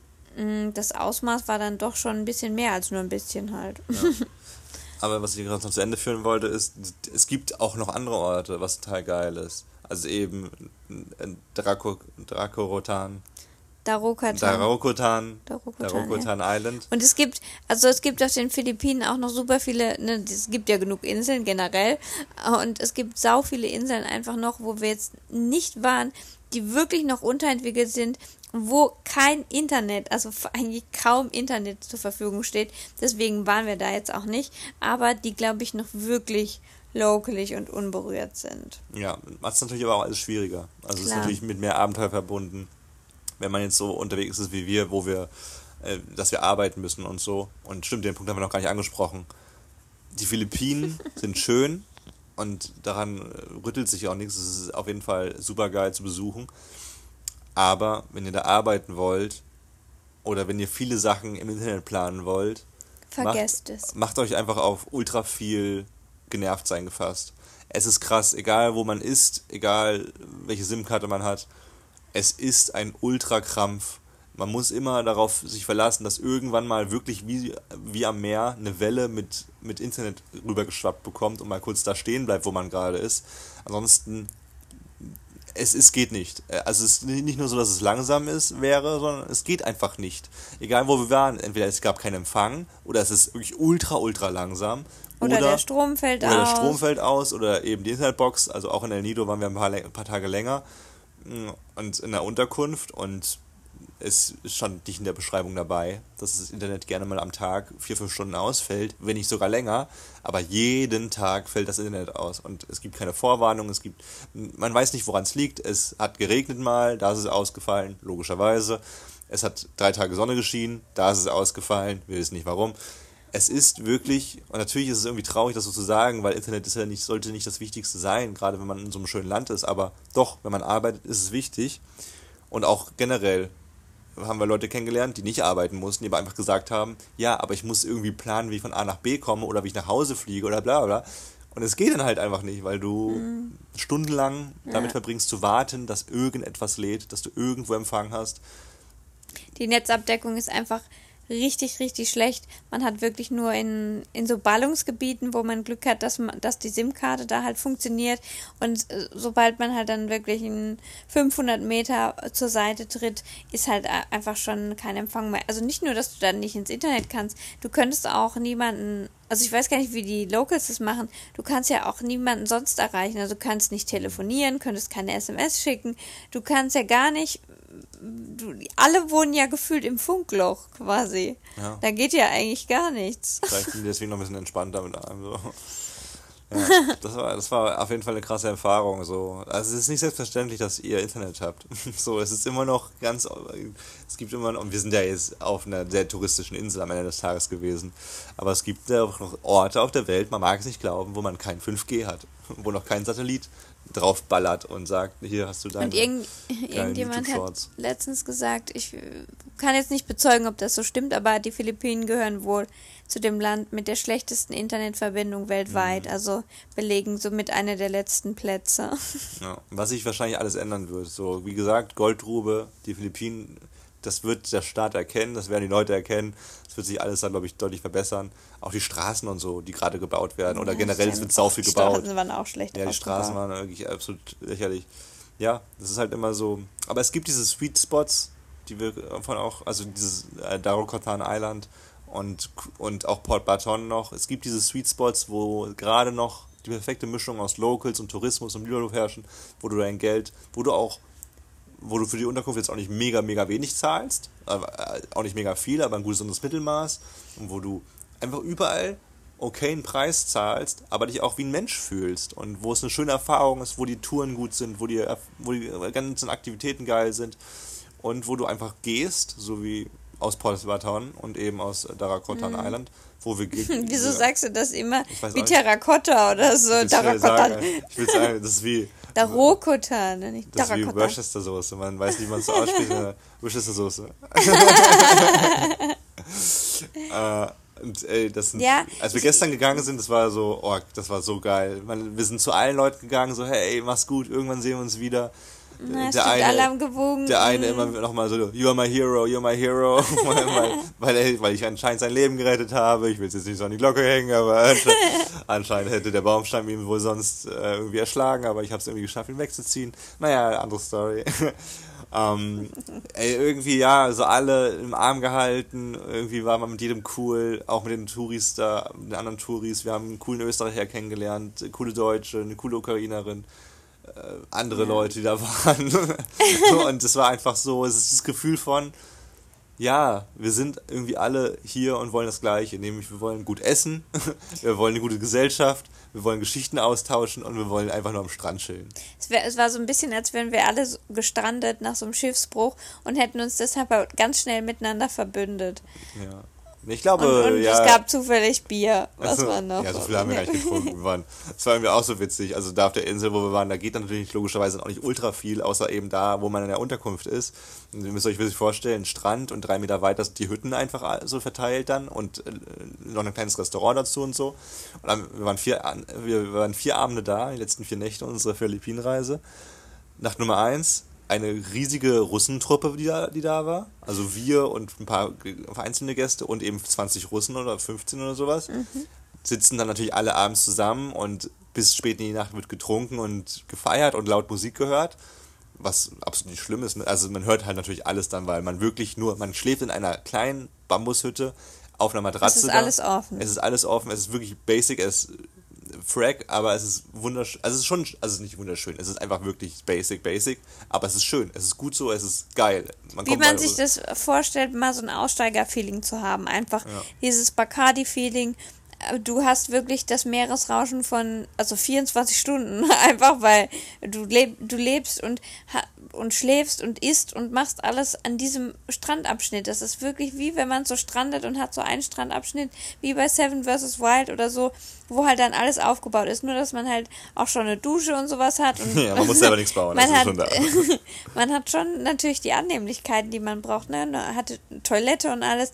mh, das Ausmaß war dann doch schon ein bisschen mehr als nur ein bisschen halt. Ja. Aber was ich gerade noch zu Ende führen wollte, ist, es gibt auch noch andere Orte, was total geil ist. Also eben Draco, Dracorotan. Darokotan. Darokotan. Darokotan, Darokotan ja. Island. Und es gibt, also es gibt auf den Philippinen auch noch super viele, ne, es gibt ja genug Inseln generell und es gibt sau viele Inseln einfach noch, wo wir jetzt nicht waren, die wirklich noch unterentwickelt sind, wo kein Internet, also eigentlich kaum Internet zur Verfügung steht. Deswegen waren wir da jetzt auch nicht, aber die, glaube ich, noch wirklich lokalig und unberührt sind. Ja, macht es natürlich aber auch alles schwieriger. Also es ist natürlich mit mehr Abenteuer verbunden, wenn man jetzt so unterwegs ist wie wir, wo wir, äh, dass wir arbeiten müssen und so. Und stimmt, den Punkt haben wir noch gar nicht angesprochen. Die Philippinen sind schön und daran rüttelt sich auch nichts. Es ist auf jeden Fall super geil zu besuchen. Aber wenn ihr da arbeiten wollt oder wenn ihr viele Sachen im Internet planen wollt, vergesst macht, es. Macht euch einfach auf ultra viel genervt sein gefasst. Es ist krass, egal wo man ist, egal welche SIM-Karte man hat, es ist ein Ultrakrampf. Man muss immer darauf sich verlassen, dass irgendwann mal wirklich wie, wie am Meer eine Welle mit, mit Internet rübergeschwappt bekommt und mal kurz da stehen bleibt, wo man gerade ist. Ansonsten Es, es geht nicht. Also es ist nicht nur so, dass es langsam ist, wäre, sondern es geht einfach nicht. Egal wo wir waren, entweder es gab keinen Empfang oder es ist wirklich ultra, ultra langsam. Oder, oder der Strom fällt oder aus. Oder der Strom fällt aus oder eben die Internetbox. Also auch in El Nido waren wir ein paar, ein paar Tage länger und in der Unterkunft und es stand nicht in der Beschreibung dabei, dass das Internet gerne mal am Tag vier, fünf Stunden ausfällt, wenn nicht sogar länger, aber jeden Tag fällt das Internet aus und es gibt keine Vorwarnung, es gibt, man weiß nicht, woran es liegt, es hat geregnet mal, da ist es ausgefallen, logischerweise, es hat drei Tage Sonne geschienen, da ist es ausgefallen, wir wissen nicht warum. Es ist wirklich, und natürlich ist es irgendwie traurig, das so zu sagen, weil Internet ist ja nicht, sollte nicht das Wichtigste sein, gerade wenn man in so einem schönen Land ist, aber doch, wenn man arbeitet, ist es wichtig und auch generell haben wir Leute kennengelernt, die nicht arbeiten mussten, die aber einfach gesagt haben, ja, aber ich muss irgendwie planen, wie ich von A nach B komme oder wie ich nach Hause fliege oder bla bla. Und es geht dann halt einfach nicht, weil du mhm. stundenlang damit ja. verbringst zu warten, dass irgendetwas lädt, dass du irgendwo Empfang hast. Die Netzabdeckung ist einfach richtig, richtig schlecht. Man hat wirklich nur in, in so Ballungsgebieten, wo man Glück hat, dass man, dass die SIM-Karte da halt funktioniert und äh, sobald man halt dann wirklich in fünfhundert Meter zur Seite tritt, ist halt einfach schon kein Empfang mehr. Also nicht nur, dass du dann nicht ins Internet kannst, du könntest auch niemanden, also ich weiß gar nicht, wie die Locals das machen, du kannst ja auch niemanden sonst erreichen, also du kannst nicht telefonieren, könntest keine S M S schicken, du kannst ja gar nicht, du, alle wohnen ja gefühlt im Funkloch quasi. Ja. Da geht ja eigentlich gar nichts. Vielleicht sind die deswegen noch ein bisschen entspannter mit einem. So. Ja, das war, das war auf jeden Fall eine krasse Erfahrung. So. Also es ist nicht selbstverständlich, dass ihr Internet habt. So, es ist immer noch ganz, es gibt immer noch, und wir sind ja jetzt auf einer sehr touristischen Insel am Ende des Tages gewesen, aber es gibt ja auch noch Orte auf der Welt, man mag es nicht glauben, wo man kein fünf G hat, wo noch kein Satellit drauf ballert und sagt, hier hast du deine Und irgend, irgendjemand hat letztens gesagt, ich kann jetzt nicht bezeugen, ob das so stimmt, aber die Philippinen gehören wohl zu dem Land mit der schlechtesten Internetverbindung weltweit, mhm. also belegen somit eine der letzten Plätze. Ja, was sich wahrscheinlich alles ändern wird. So, wie gesagt, Goldgrube, die Philippinen, das wird der Staat erkennen, das werden die Leute erkennen, das wird sich alles dann, glaube ich, deutlich verbessern. Auch die Straßen und so, die gerade gebaut werden, oder ja, generell, es wird sau viel gebaut. Die Straßen waren auch schlecht Ja, die Straßen waren wirklich absolut lächerlich. Ja, das ist halt immer so, aber es gibt diese Sweet Spots, die wir von auch, also dieses äh, Darocotan Island und, und auch Port Baton noch, es gibt diese Sweet Spots, wo gerade noch die perfekte Mischung aus Locals und Tourismus und Urlaub herrschen, wo du dein Geld, wo du auch wo du für die Unterkunft jetzt auch nicht mega, mega wenig zahlst, äh, auch nicht mega viel, aber ein gutes Mittelmaß, und wo du einfach überall okay einen Preis zahlst, aber dich auch wie ein Mensch fühlst und wo es eine schöne Erfahrung ist, wo die Touren gut sind, wo die, wo die ganzen Aktivitäten geil sind und wo du einfach gehst, so wie aus Port Baton und eben aus Darocotan mhm. Island, wo wir gehen. Wieso wir, sagst du das immer wie Terrakotta oder so? Ich will sagen, ich will sagen, das ist wie Darocotan, ne? Nicht das ist wie Worcestersoße, man weiß nicht, wie man es so ausspricht, Worcestersoße. äh, und ey, das sind, ja, als wir gestern gegangen sind, das war so, oh, das war so geil. Man, wir sind zu allen Leuten gegangen, so, hey, mach's gut, irgendwann sehen wir uns wieder. Na, der eine, alle am gewogen. Der eine immer nochmal so, you are my hero, you are my hero, weil, weil, er, weil ich anscheinend sein Leben gerettet habe. Ich will es jetzt nicht so an die Glocke hängen, aber anscheinend, anscheinend hätte der Baumstamm ihn wohl sonst äh, irgendwie erschlagen, aber ich habe es irgendwie geschafft, ihn wegzuziehen. Naja, andere Story. ähm, ey, irgendwie, ja, so alle im Arm gehalten, irgendwie war man mit jedem cool, auch mit den Touris da, mit den anderen Touris. Wir haben einen coolen Österreicher kennengelernt, coole Deutsche, eine coole Ukrainerin. andere ja. Leute, die da waren. Und es war einfach so, es ist das Gefühl von, ja, wir sind irgendwie alle hier und wollen das Gleiche, nämlich wir wollen gut essen, wir wollen eine gute Gesellschaft, wir wollen Geschichten austauschen und wir wollen einfach nur am Strand chillen. Es, wär, es war so ein bisschen, als wären wir alle gestrandet nach so einem Schiffsbruch und hätten uns deshalb ganz schnell miteinander verbündet. Ja. Ich glaube, und, und ja. es gab zufällig Bier. Was also, war noch? Ja, so viel haben wir gar nicht getrunken. Wir waren, das war irgendwie auch so witzig. Also da auf der Insel, wo wir waren, da geht dann natürlich logischerweise auch nicht ultra viel, außer eben da, wo man in der Unterkunft ist. Und ihr müsst euch wirklich vorstellen, Strand und drei Meter weiter sind die Hütten einfach so verteilt dann und äh, noch ein kleines Restaurant dazu und so. Und dann, wir, waren vier, wir waren vier Abende da, die letzten vier Nächte unserer Philippinenreise. Nacht Nummer eins. Eine riesige Russentruppe, die da, die da war. Also wir und ein paar einzelne Gäste und eben zwanzig Russen oder fünfzehn oder sowas. Mhm. Sitzen dann natürlich alle abends zusammen und bis spät in die Nacht wird getrunken und gefeiert und laut Musik gehört. was absolut nicht schlimm ist. Also man hört halt natürlich alles dann, weil man wirklich nur, man schläft in einer kleinen Bambushütte auf einer Matratze. Es ist da. alles offen. Es ist alles offen, es ist wirklich basic, es ist Frack, aber es ist wunderschön, also es ist schon, also es ist nicht wunderschön, es ist einfach wirklich basic, basic, aber es ist schön, es ist gut so, es ist geil. Man Wie kommt man mal, sich das vorstellt, mal so ein Aussteiger-Feeling zu haben, einfach Ja. dieses Bacardi-Feeling. Du hast wirklich das Meeresrauschen von, also vierundzwanzig Stunden, einfach weil du, leb, du lebst und, und schläfst und isst und machst alles an diesem Strandabschnitt. Das ist wirklich wie wenn man so strandet und hat so einen Strandabschnitt, wie bei Seven versus Wild oder so, wo halt dann alles aufgebaut ist. Nur, dass man halt auch schon eine Dusche und sowas hat. Und ja, man muss selber nichts bauen, das man ist hat, schon da. man hat schon natürlich die Annehmlichkeiten, die man braucht, ne? Man hatte Toilette und alles.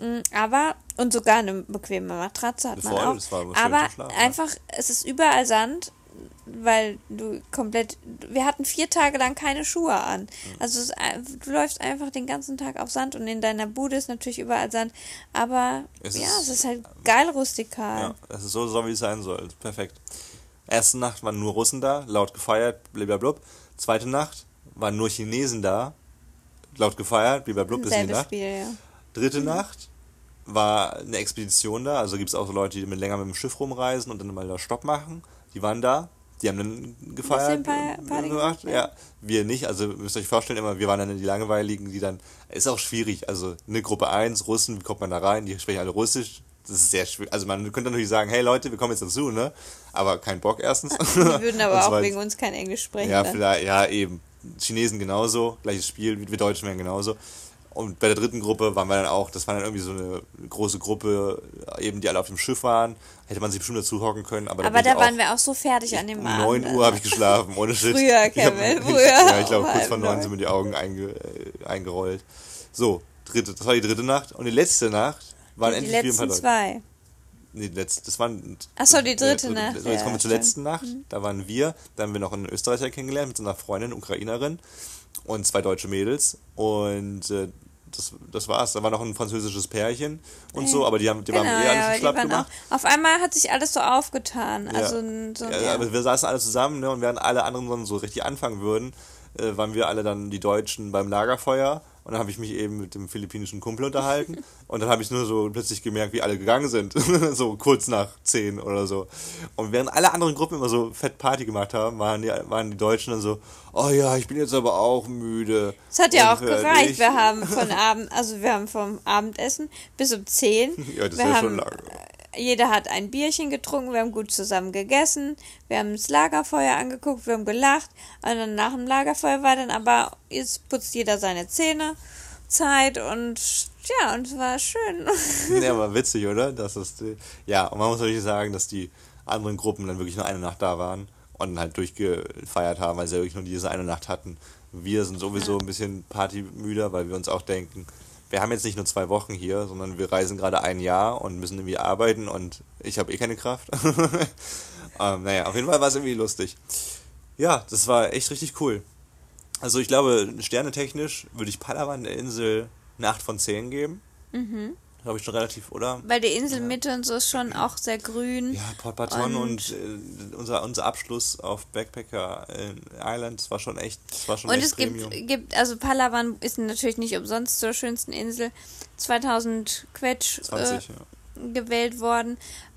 Aber, und sogar eine bequeme Matratze hat man Voll, auch. das war schön aber zu schlafen, einfach, es ist überall Sand, weil du komplett, wir hatten vier Tage lang keine Schuhe an. Also es, du läufst einfach den ganzen Tag auf Sand und in deiner Bude ist natürlich überall Sand. Aber Es ja, ist- es ist halt geil rustikal. Ja, das ist so, so wie es sein soll. Perfekt. Erste Nacht waren nur Russen da, laut gefeiert, blablabla. Zweite Nacht waren nur Chinesen da, laut gefeiert, blablabla, bis in die Selbes Nacht. Spiel, ja. Dritte Nacht war eine Expedition da, also gibt es auch so Leute, die mit länger mit dem Schiff rumreisen und dann mal da Stopp machen. Die waren da, die haben dann gefeiert. Pa- Party gemacht, ja. ja. Wir nicht, also müsst ihr euch vorstellen, immer, wir waren dann die Langweiligen, die dann, ist auch schwierig, also eine Gruppe eins, Russen, wie kommt man da rein, die sprechen alle Russisch, das ist sehr schwierig, also man könnte natürlich sagen, hey Leute, wir kommen jetzt dazu, ne, aber kein Bock erstens. Die würden aber Und auch zweitens- wegen uns kein Englisch sprechen. ja, dann. vielleicht, ja, eben. Chinesen genauso, gleiches Spiel, wir Deutschen wären genauso. Und bei der dritten Gruppe waren wir dann auch, das war dann irgendwie so eine große Gruppe, eben die alle auf dem Schiff waren. Hätte man sich bestimmt dazu hocken können, aber, Aber bin da ich waren auch, wir auch so fertig an dem um Abend. neun Uhr habe ich geschlafen, ohne Shit. Früher, Ich hab- Kevin, ich, früher. Ja, ich glaube, Um kurz halb vor neun neun. sind mir die Augen einge, äh, eingerollt. So, dritte, das war die dritte Nacht. Und die letzte Nacht waren die endlich wieder ein paar letzten Leute. zwei. Nee, die letzte, das waren. Ach so, die dritte äh, Nacht, So, jetzt ja, kommen wir zur stimmt. Mhm. letzten Nacht. Da waren wir, da haben wir noch einen Österreicher kennengelernt mit seiner Freundin, Ukrainerin und zwei deutsche Mädels. Und äh, das, das war's. Da war noch ein französisches Pärchen und so, aber die haben, die Genau, haben eh ja, alles aber so die schlapp waren gemacht. auch, auf einmal hat sich alles so aufgetan. Ja. Also n- so, Ja, ja, aber wir saßen alle zusammen, ne, und während alle anderen dann so richtig anfangen würden, äh, waren wir alle dann die Deutschen beim Lagerfeuer. Und dann habe ich mich eben mit dem philippinischen Kumpel unterhalten. Und dann habe ich nur so plötzlich gemerkt, wie alle gegangen sind. So kurz nach zehn oder so. Und während alle anderen Gruppen immer so fett Party gemacht haben, waren die, waren die Deutschen dann so, oh ja, ich bin jetzt aber auch müde. Es hat ja auch Und fertig. gereicht. Wir haben von Abend, also wir haben vom Abendessen bis um zehn. Ja, das ist wir ja haben, schon lang. Jeder hat ein Bierchen getrunken, wir haben gut zusammen gegessen, wir haben das Lagerfeuer angeguckt, wir haben gelacht. Und dann nach dem Lagerfeuer war dann aber, jetzt putzt jeder seine Zähne, Zeit und ja, und es war schön. Ja, war witzig, oder? Das ist, die- ja, und man muss natürlich sagen, dass die anderen Gruppen dann wirklich nur eine Nacht da waren und halt durchgefeiert haben, weil sie ja wirklich nur diese eine Nacht hatten. Wir sind sowieso ein bisschen partymüder, weil wir uns auch denken, wir haben jetzt nicht nur zwei Wochen hier, sondern wir reisen gerade ein Jahr und müssen irgendwie arbeiten und ich habe eh keine Kraft. ähm, naja, auf jeden Fall war es irgendwie lustig. Ja, das war echt richtig cool. Also ich glaube, sternetechnisch würde ich Palawan der Insel eine acht von zehn geben. Mhm. Glaube ich schon relativ, oder? Weil die Inselmitte und so ist schon auch sehr grün. Ja, Port Barton und, Und- äh, unser, unser Abschluss auf Backpacker Island, das war schon echt, das war schon Und echt es gibt, Premium. gibt, also Palawan ist natürlich nicht umsonst zur schönsten Insel zweitausend Quetsch zwanzig, äh, ja. gewählt worden,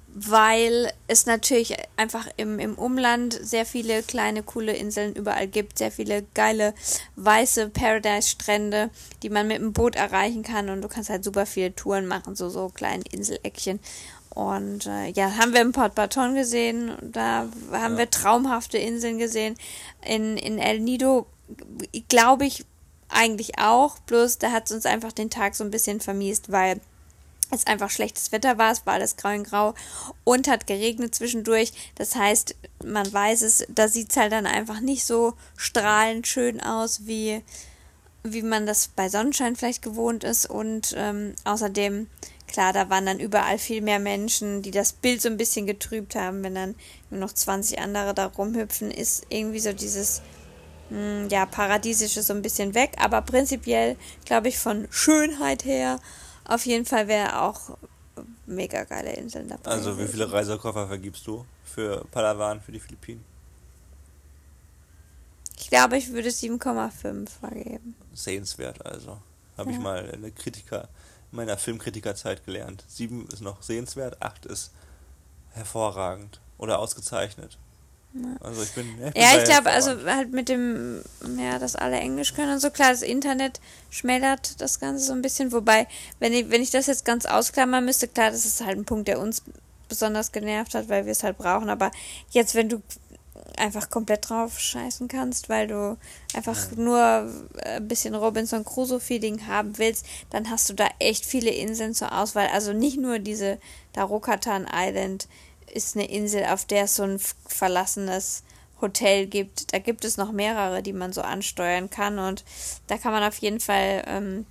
weil es natürlich einfach im, im Umland sehr viele kleine, coole Inseln überall gibt, sehr viele geile, weiße Paradise-Strände, die man mit dem Boot erreichen kann und du kannst halt super viele Touren machen, so, so kleine Inseleckchen. Und äh, ja, haben wir in Port Barton gesehen, da haben Ja. wir traumhafte Inseln gesehen. In, in El Nido glaube ich eigentlich auch, bloß da hat es uns einfach den Tag so ein bisschen vermiest, weil es einfach schlechtes Wetter war, es war alles grau in grau und hat geregnet zwischendurch. Das heißt, man weiß es, da sieht es halt dann einfach nicht so strahlend schön aus, wie, wie man das bei Sonnenschein vielleicht gewohnt ist. Und ähm, außerdem, klar, da waren dann überall viel mehr Menschen, die das Bild so ein bisschen getrübt haben. Wenn dann nur noch zwanzig andere da rumhüpfen, ist irgendwie so dieses mh, ja, Paradiesische so ein bisschen weg. Aber prinzipiell, glaube ich, von Schönheit her auf jeden Fall wäre auch mega geile Inseln dabei. Also wie gewesen. viele Reisekoffer vergibst du für Palawan, für die Philippinen? Ich glaube, ich würde sieben Komma fünf vergeben. Sehenswert also. Habe Ja. ich mal in der Kritiker, in meiner Filmkritikerzeit gelernt. sieben ist noch sehenswert, acht ist hervorragend oder ausgezeichnet. Also ich bin... Ich bin Ja, da ich glaube, hervorragend. also halt mit dem, ja, dass alle Englisch können und so, klar, das Internet schmälert das Ganze so ein bisschen, wobei, wenn ich, wenn ich das jetzt ganz ausklammern müsste, klar, das ist halt ein Punkt, der uns besonders genervt hat, weil wir es halt brauchen, aber jetzt, wenn du einfach komplett drauf scheißen kannst, weil du einfach ja. nur ein bisschen Robinson Crusoe-Feeling haben willst, dann hast du da echt viele Inseln zur Auswahl. Also nicht nur diese Darokatan Island ist eine Insel, auf der es so ein verlassenes Hotel gibt. Da gibt es noch mehrere, die man so ansteuern kann und da kann man auf jeden Fall ähm,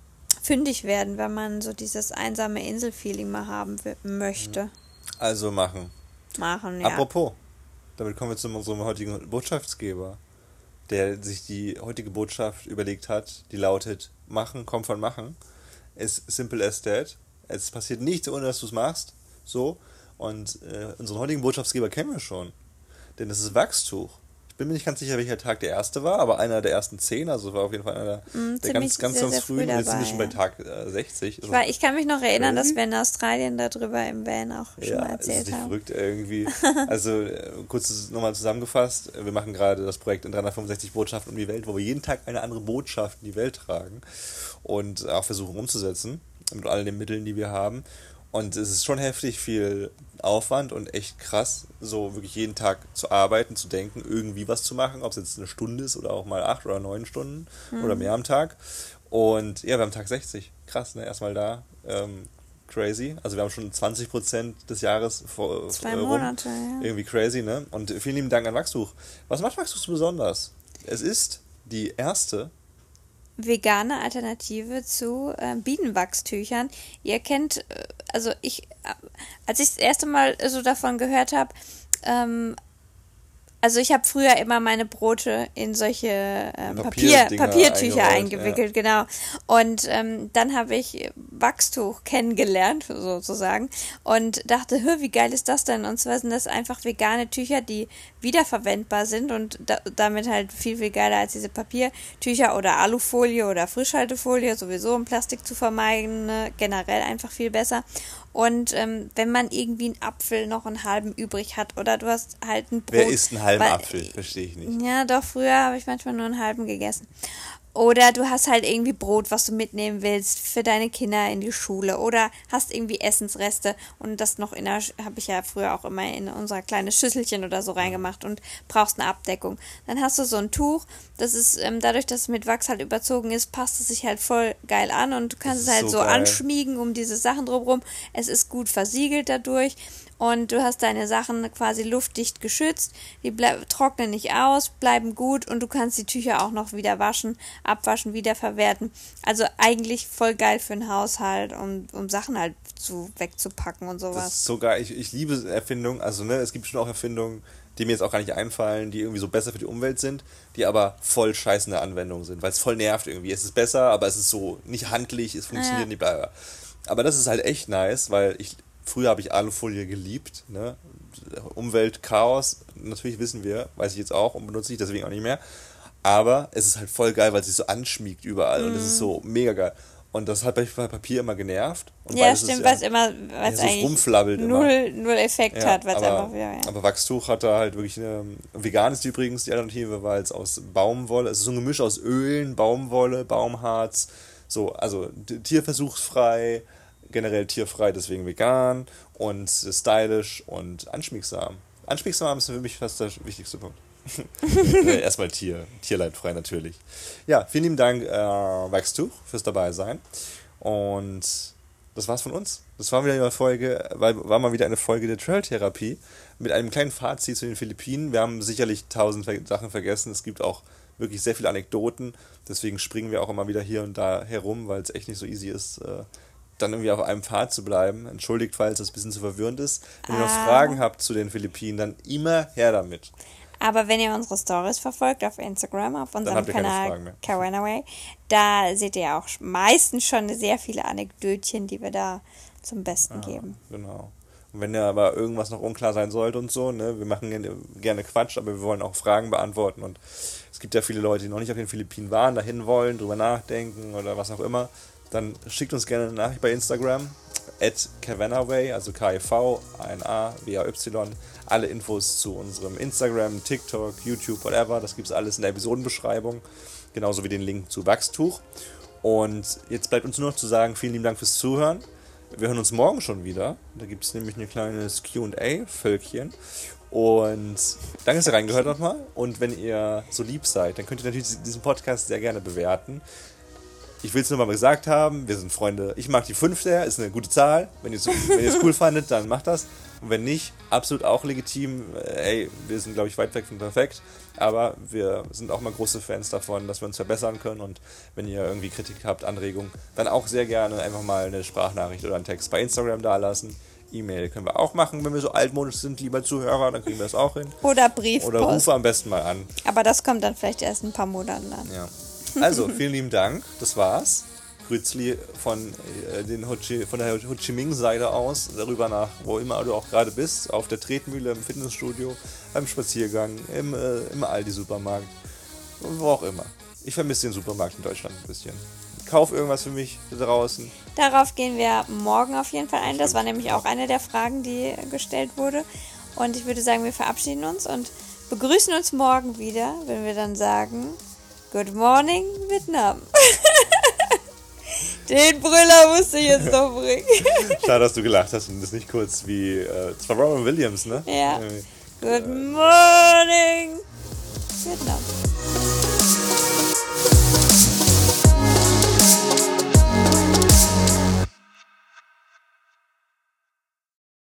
fündig werden, wenn man so dieses einsame Insel-Feeling mal haben w- möchte. Also machen. Machen, ja. Apropos, damit kommen wir zu unserem heutigen Botschaftsgeber, der sich die heutige Botschaft überlegt hat, die lautet, machen kommt von machen, ist simple as that. Es passiert nichts, ohne dass du es machst, so. Und äh, unseren heutigen Botschaftsgeber kennen wir schon, denn das ist Wachstuch. Ich bin mir nicht ganz sicher, welcher Tag der erste war, aber einer der ersten zehn, also war auf jeden Fall einer mm, der ganz, ganz, sehr, ganz sehr frühen. früh Jetzt sind wir dabei, schon bei ja. Tag äh, sechzig. Ich, war, ich kann mich noch erinnern, crazy. dass wir in Australien darüber im Van auch schon Ja, mal es ist erzählt nicht haben. verrückt irgendwie. Also äh, kurz nochmal zusammengefasst, wir machen gerade das Projekt in dreihundertfünfundsechzig Botschaften um die Welt, wo wir jeden Tag eine andere Botschaft in die Welt tragen und auch versuchen umzusetzen mit all den Mitteln, die wir haben. Und es ist schon heftig viel Aufwand und echt krass, so wirklich jeden Tag zu arbeiten, zu denken, irgendwie was zu machen, ob es jetzt eine Stunde ist oder auch mal acht oder neun Stunden mhm. oder mehr am Tag. Und ja, wir haben Tag sechzig. Krass, ne? Erstmal da. Ähm, crazy. Also wir haben schon zwanzig Prozent des Jahres vor, Zwei äh, rum. Monate, ja. Irgendwie crazy, ne? Und vielen lieben Dank an Wachstuch. Was macht Wachstuch so besonders? Es ist die erste vegane Alternative zu äh, Bienenwachstüchern. Ihr kennt, äh, also ich, äh, als ich das erste Mal so davon gehört habe, ähm, also ich habe früher immer meine Brote in solche ähm, Papier, Papiertücher eingewickelt, ja. Genau. Und ähm, dann habe ich Wachstuch kennengelernt, sozusagen, und dachte, hör, wie geil ist das denn? Und zwar sind das einfach vegane Tücher, die wiederverwendbar sind und da, damit halt viel, viel geiler als diese Papiertücher oder Alufolie oder Frischhaltefolie, sowieso um Plastik zu vermeiden, ne? Generell einfach viel besser. Und ähm, wenn man irgendwie einen Apfel noch einen halben übrig hat oder du hast halt ein Brot. Wer isst einen halben weil, Apfel? Verstehe ich nicht. Ja, doch, früher habe ich manchmal nur einen halben gegessen. Oder du hast halt irgendwie Brot, was du mitnehmen willst für deine Kinder in die Schule. Oder hast irgendwie Essensreste und das noch in der, habe ich ja früher auch immer in unser kleines Schüsselchen oder so reingemacht und brauchst eine Abdeckung. Dann hast du so ein Tuch, das ist, ähm, dadurch, dass es mit Wachs halt überzogen ist, passt es sich halt voll geil an und du kannst es halt so, so anschmiegen um diese Sachen drumherum. Es ist gut versiegelt dadurch. Und du hast deine Sachen quasi luftdicht geschützt, die ble- trocknen nicht aus, bleiben gut und du kannst die Tücher auch noch wieder waschen, abwaschen, wiederverwerten. Also eigentlich voll geil für den Haushalt, um, um Sachen halt zu, wegzupacken und sowas. Das ist so geil. Ich, ich liebe Erfindungen. Also ne, es gibt schon auch Erfindungen, die mir jetzt auch gar nicht einfallen, die irgendwie so besser für die Umwelt sind, die aber voll scheißende Anwendungen sind, weil es voll nervt irgendwie. Es ist besser, aber es ist so nicht handlich, es funktioniert ja. nicht, bla bla. Aber das ist halt echt nice, weil ich früher habe ich Alufolie geliebt, ne? Umweltchaos, natürlich wissen wir, weiß ich jetzt auch und benutze ich deswegen auch nicht mehr. Aber es ist halt voll geil, weil es sich so anschmiegt überall mm. und es ist so mega geil. Und das hat bei Papier immer genervt. Und ja, stimmt, weil es ja, immer, weil es ja, so eigentlich rumflabbelt null, immer. null Effekt ja, hat, weil es aber, einfach wieder, ja. Aber Wachstuch hat da halt wirklich eine, vegan ist übrigens die Alternative, weil es aus Baumwolle, es ist so ein Gemisch aus Ölen, Baumwolle, Baumharz, so, also tierversuchsfrei, generell tierfrei, deswegen vegan und stylisch und anschmiegsam. Anschmiegsam ist für mich fast der wichtigste Punkt. Erstmal Tier, tierleidfrei natürlich. Ja, vielen lieben Dank, äh, Wachstuch, fürs dabei sein. Und das war's von uns. Das war wieder eine Folge, war, war mal wieder eine Folge der Trail-Therapie mit einem kleinen Fazit zu den Philippinen. Wir haben sicherlich tausend Sachen vergessen. Es gibt auch wirklich sehr viele Anekdoten. Deswegen springen wir auch immer wieder hier und da herum, weil es echt nicht so easy ist, äh, dann irgendwie auf einem Pfad zu bleiben. Entschuldigt, falls das ein bisschen zu verwirrend ist. Wenn ah. ihr noch Fragen habt zu den Philippinen, dann immer her damit. Aber wenn ihr unsere Stories verfolgt auf Instagram, auf unserem Kanal Kawanaway, da seht ihr auch meistens schon sehr viele Anekdötchen, die wir da zum Besten ah, geben. Genau. Wenn ja aber irgendwas noch unklar sein sollte und so, ne, wir machen gerne, gerne Quatsch, aber wir wollen auch Fragen beantworten und es gibt ja viele Leute, die noch nicht auf den Philippinen waren, dahin wollen, drüber nachdenken oder was auch immer, dann schickt uns gerne eine Nachricht bei Instagram, at Kavanaway, also K E V A N A W A Y, alle Infos zu unserem Instagram, TikTok, YouTube, whatever, das gibt es alles in der Episodenbeschreibung, genauso wie den Link zu Wachstuch. Und jetzt bleibt uns nur noch zu sagen, vielen lieben Dank fürs Zuhören. Wir hören uns morgen schon wieder. Da gibt es nämlich ein kleines Q und A-Völkchen. Und danke, dass ihr reingehört nochmal. Und wenn ihr so lieb seid, dann könnt ihr natürlich diesen Podcast sehr gerne bewerten. Ich will es nur mal gesagt haben, wir sind Freunde. Ich mag die fünf sehr, ist eine gute Zahl. Wenn ihr es cool fandet, dann macht das. Und wenn nicht, absolut auch legitim. Ey, wir sind, glaube ich, weit weg von perfekt. Aber wir sind auch mal große Fans davon, dass wir uns verbessern können. Und wenn ihr irgendwie Kritik habt, Anregungen, dann auch sehr gerne einfach mal eine Sprachnachricht oder einen Text bei Instagram dalassen. E-Mail können wir auch machen, wenn wir so altmodisch sind, lieber Zuhörer, dann kriegen wir das auch hin. Oder Briefpost. Oder rufe am besten mal an. Aber das kommt dann vielleicht erst in ein paar Monaten an. Ja. Also, vielen lieben Dank. Das war's. Grüßli von, äh, den Ho Chi, von der Ho Chi Minh-Seite aus, darüber nach, wo immer du auch gerade bist, auf der Tretmühle, im Fitnessstudio, beim Spaziergang, im, äh, im Aldi-Supermarkt und wo auch immer. Ich vermisse den Supermarkt in Deutschland ein bisschen. Kauf irgendwas für mich da draußen. Darauf gehen wir morgen auf jeden Fall ein. Das war nämlich auch eine der Fragen, die gestellt wurde. Und ich würde sagen, wir verabschieden uns und begrüßen uns morgen wieder, wenn wir dann sagen, Good morning, Vietnam. Den Brüller musste ich jetzt noch bringen. Schade, dass du gelacht hast und das nicht kurz wie, äh, das war Robin Williams, ne? Ja. Good morning, Vietnam.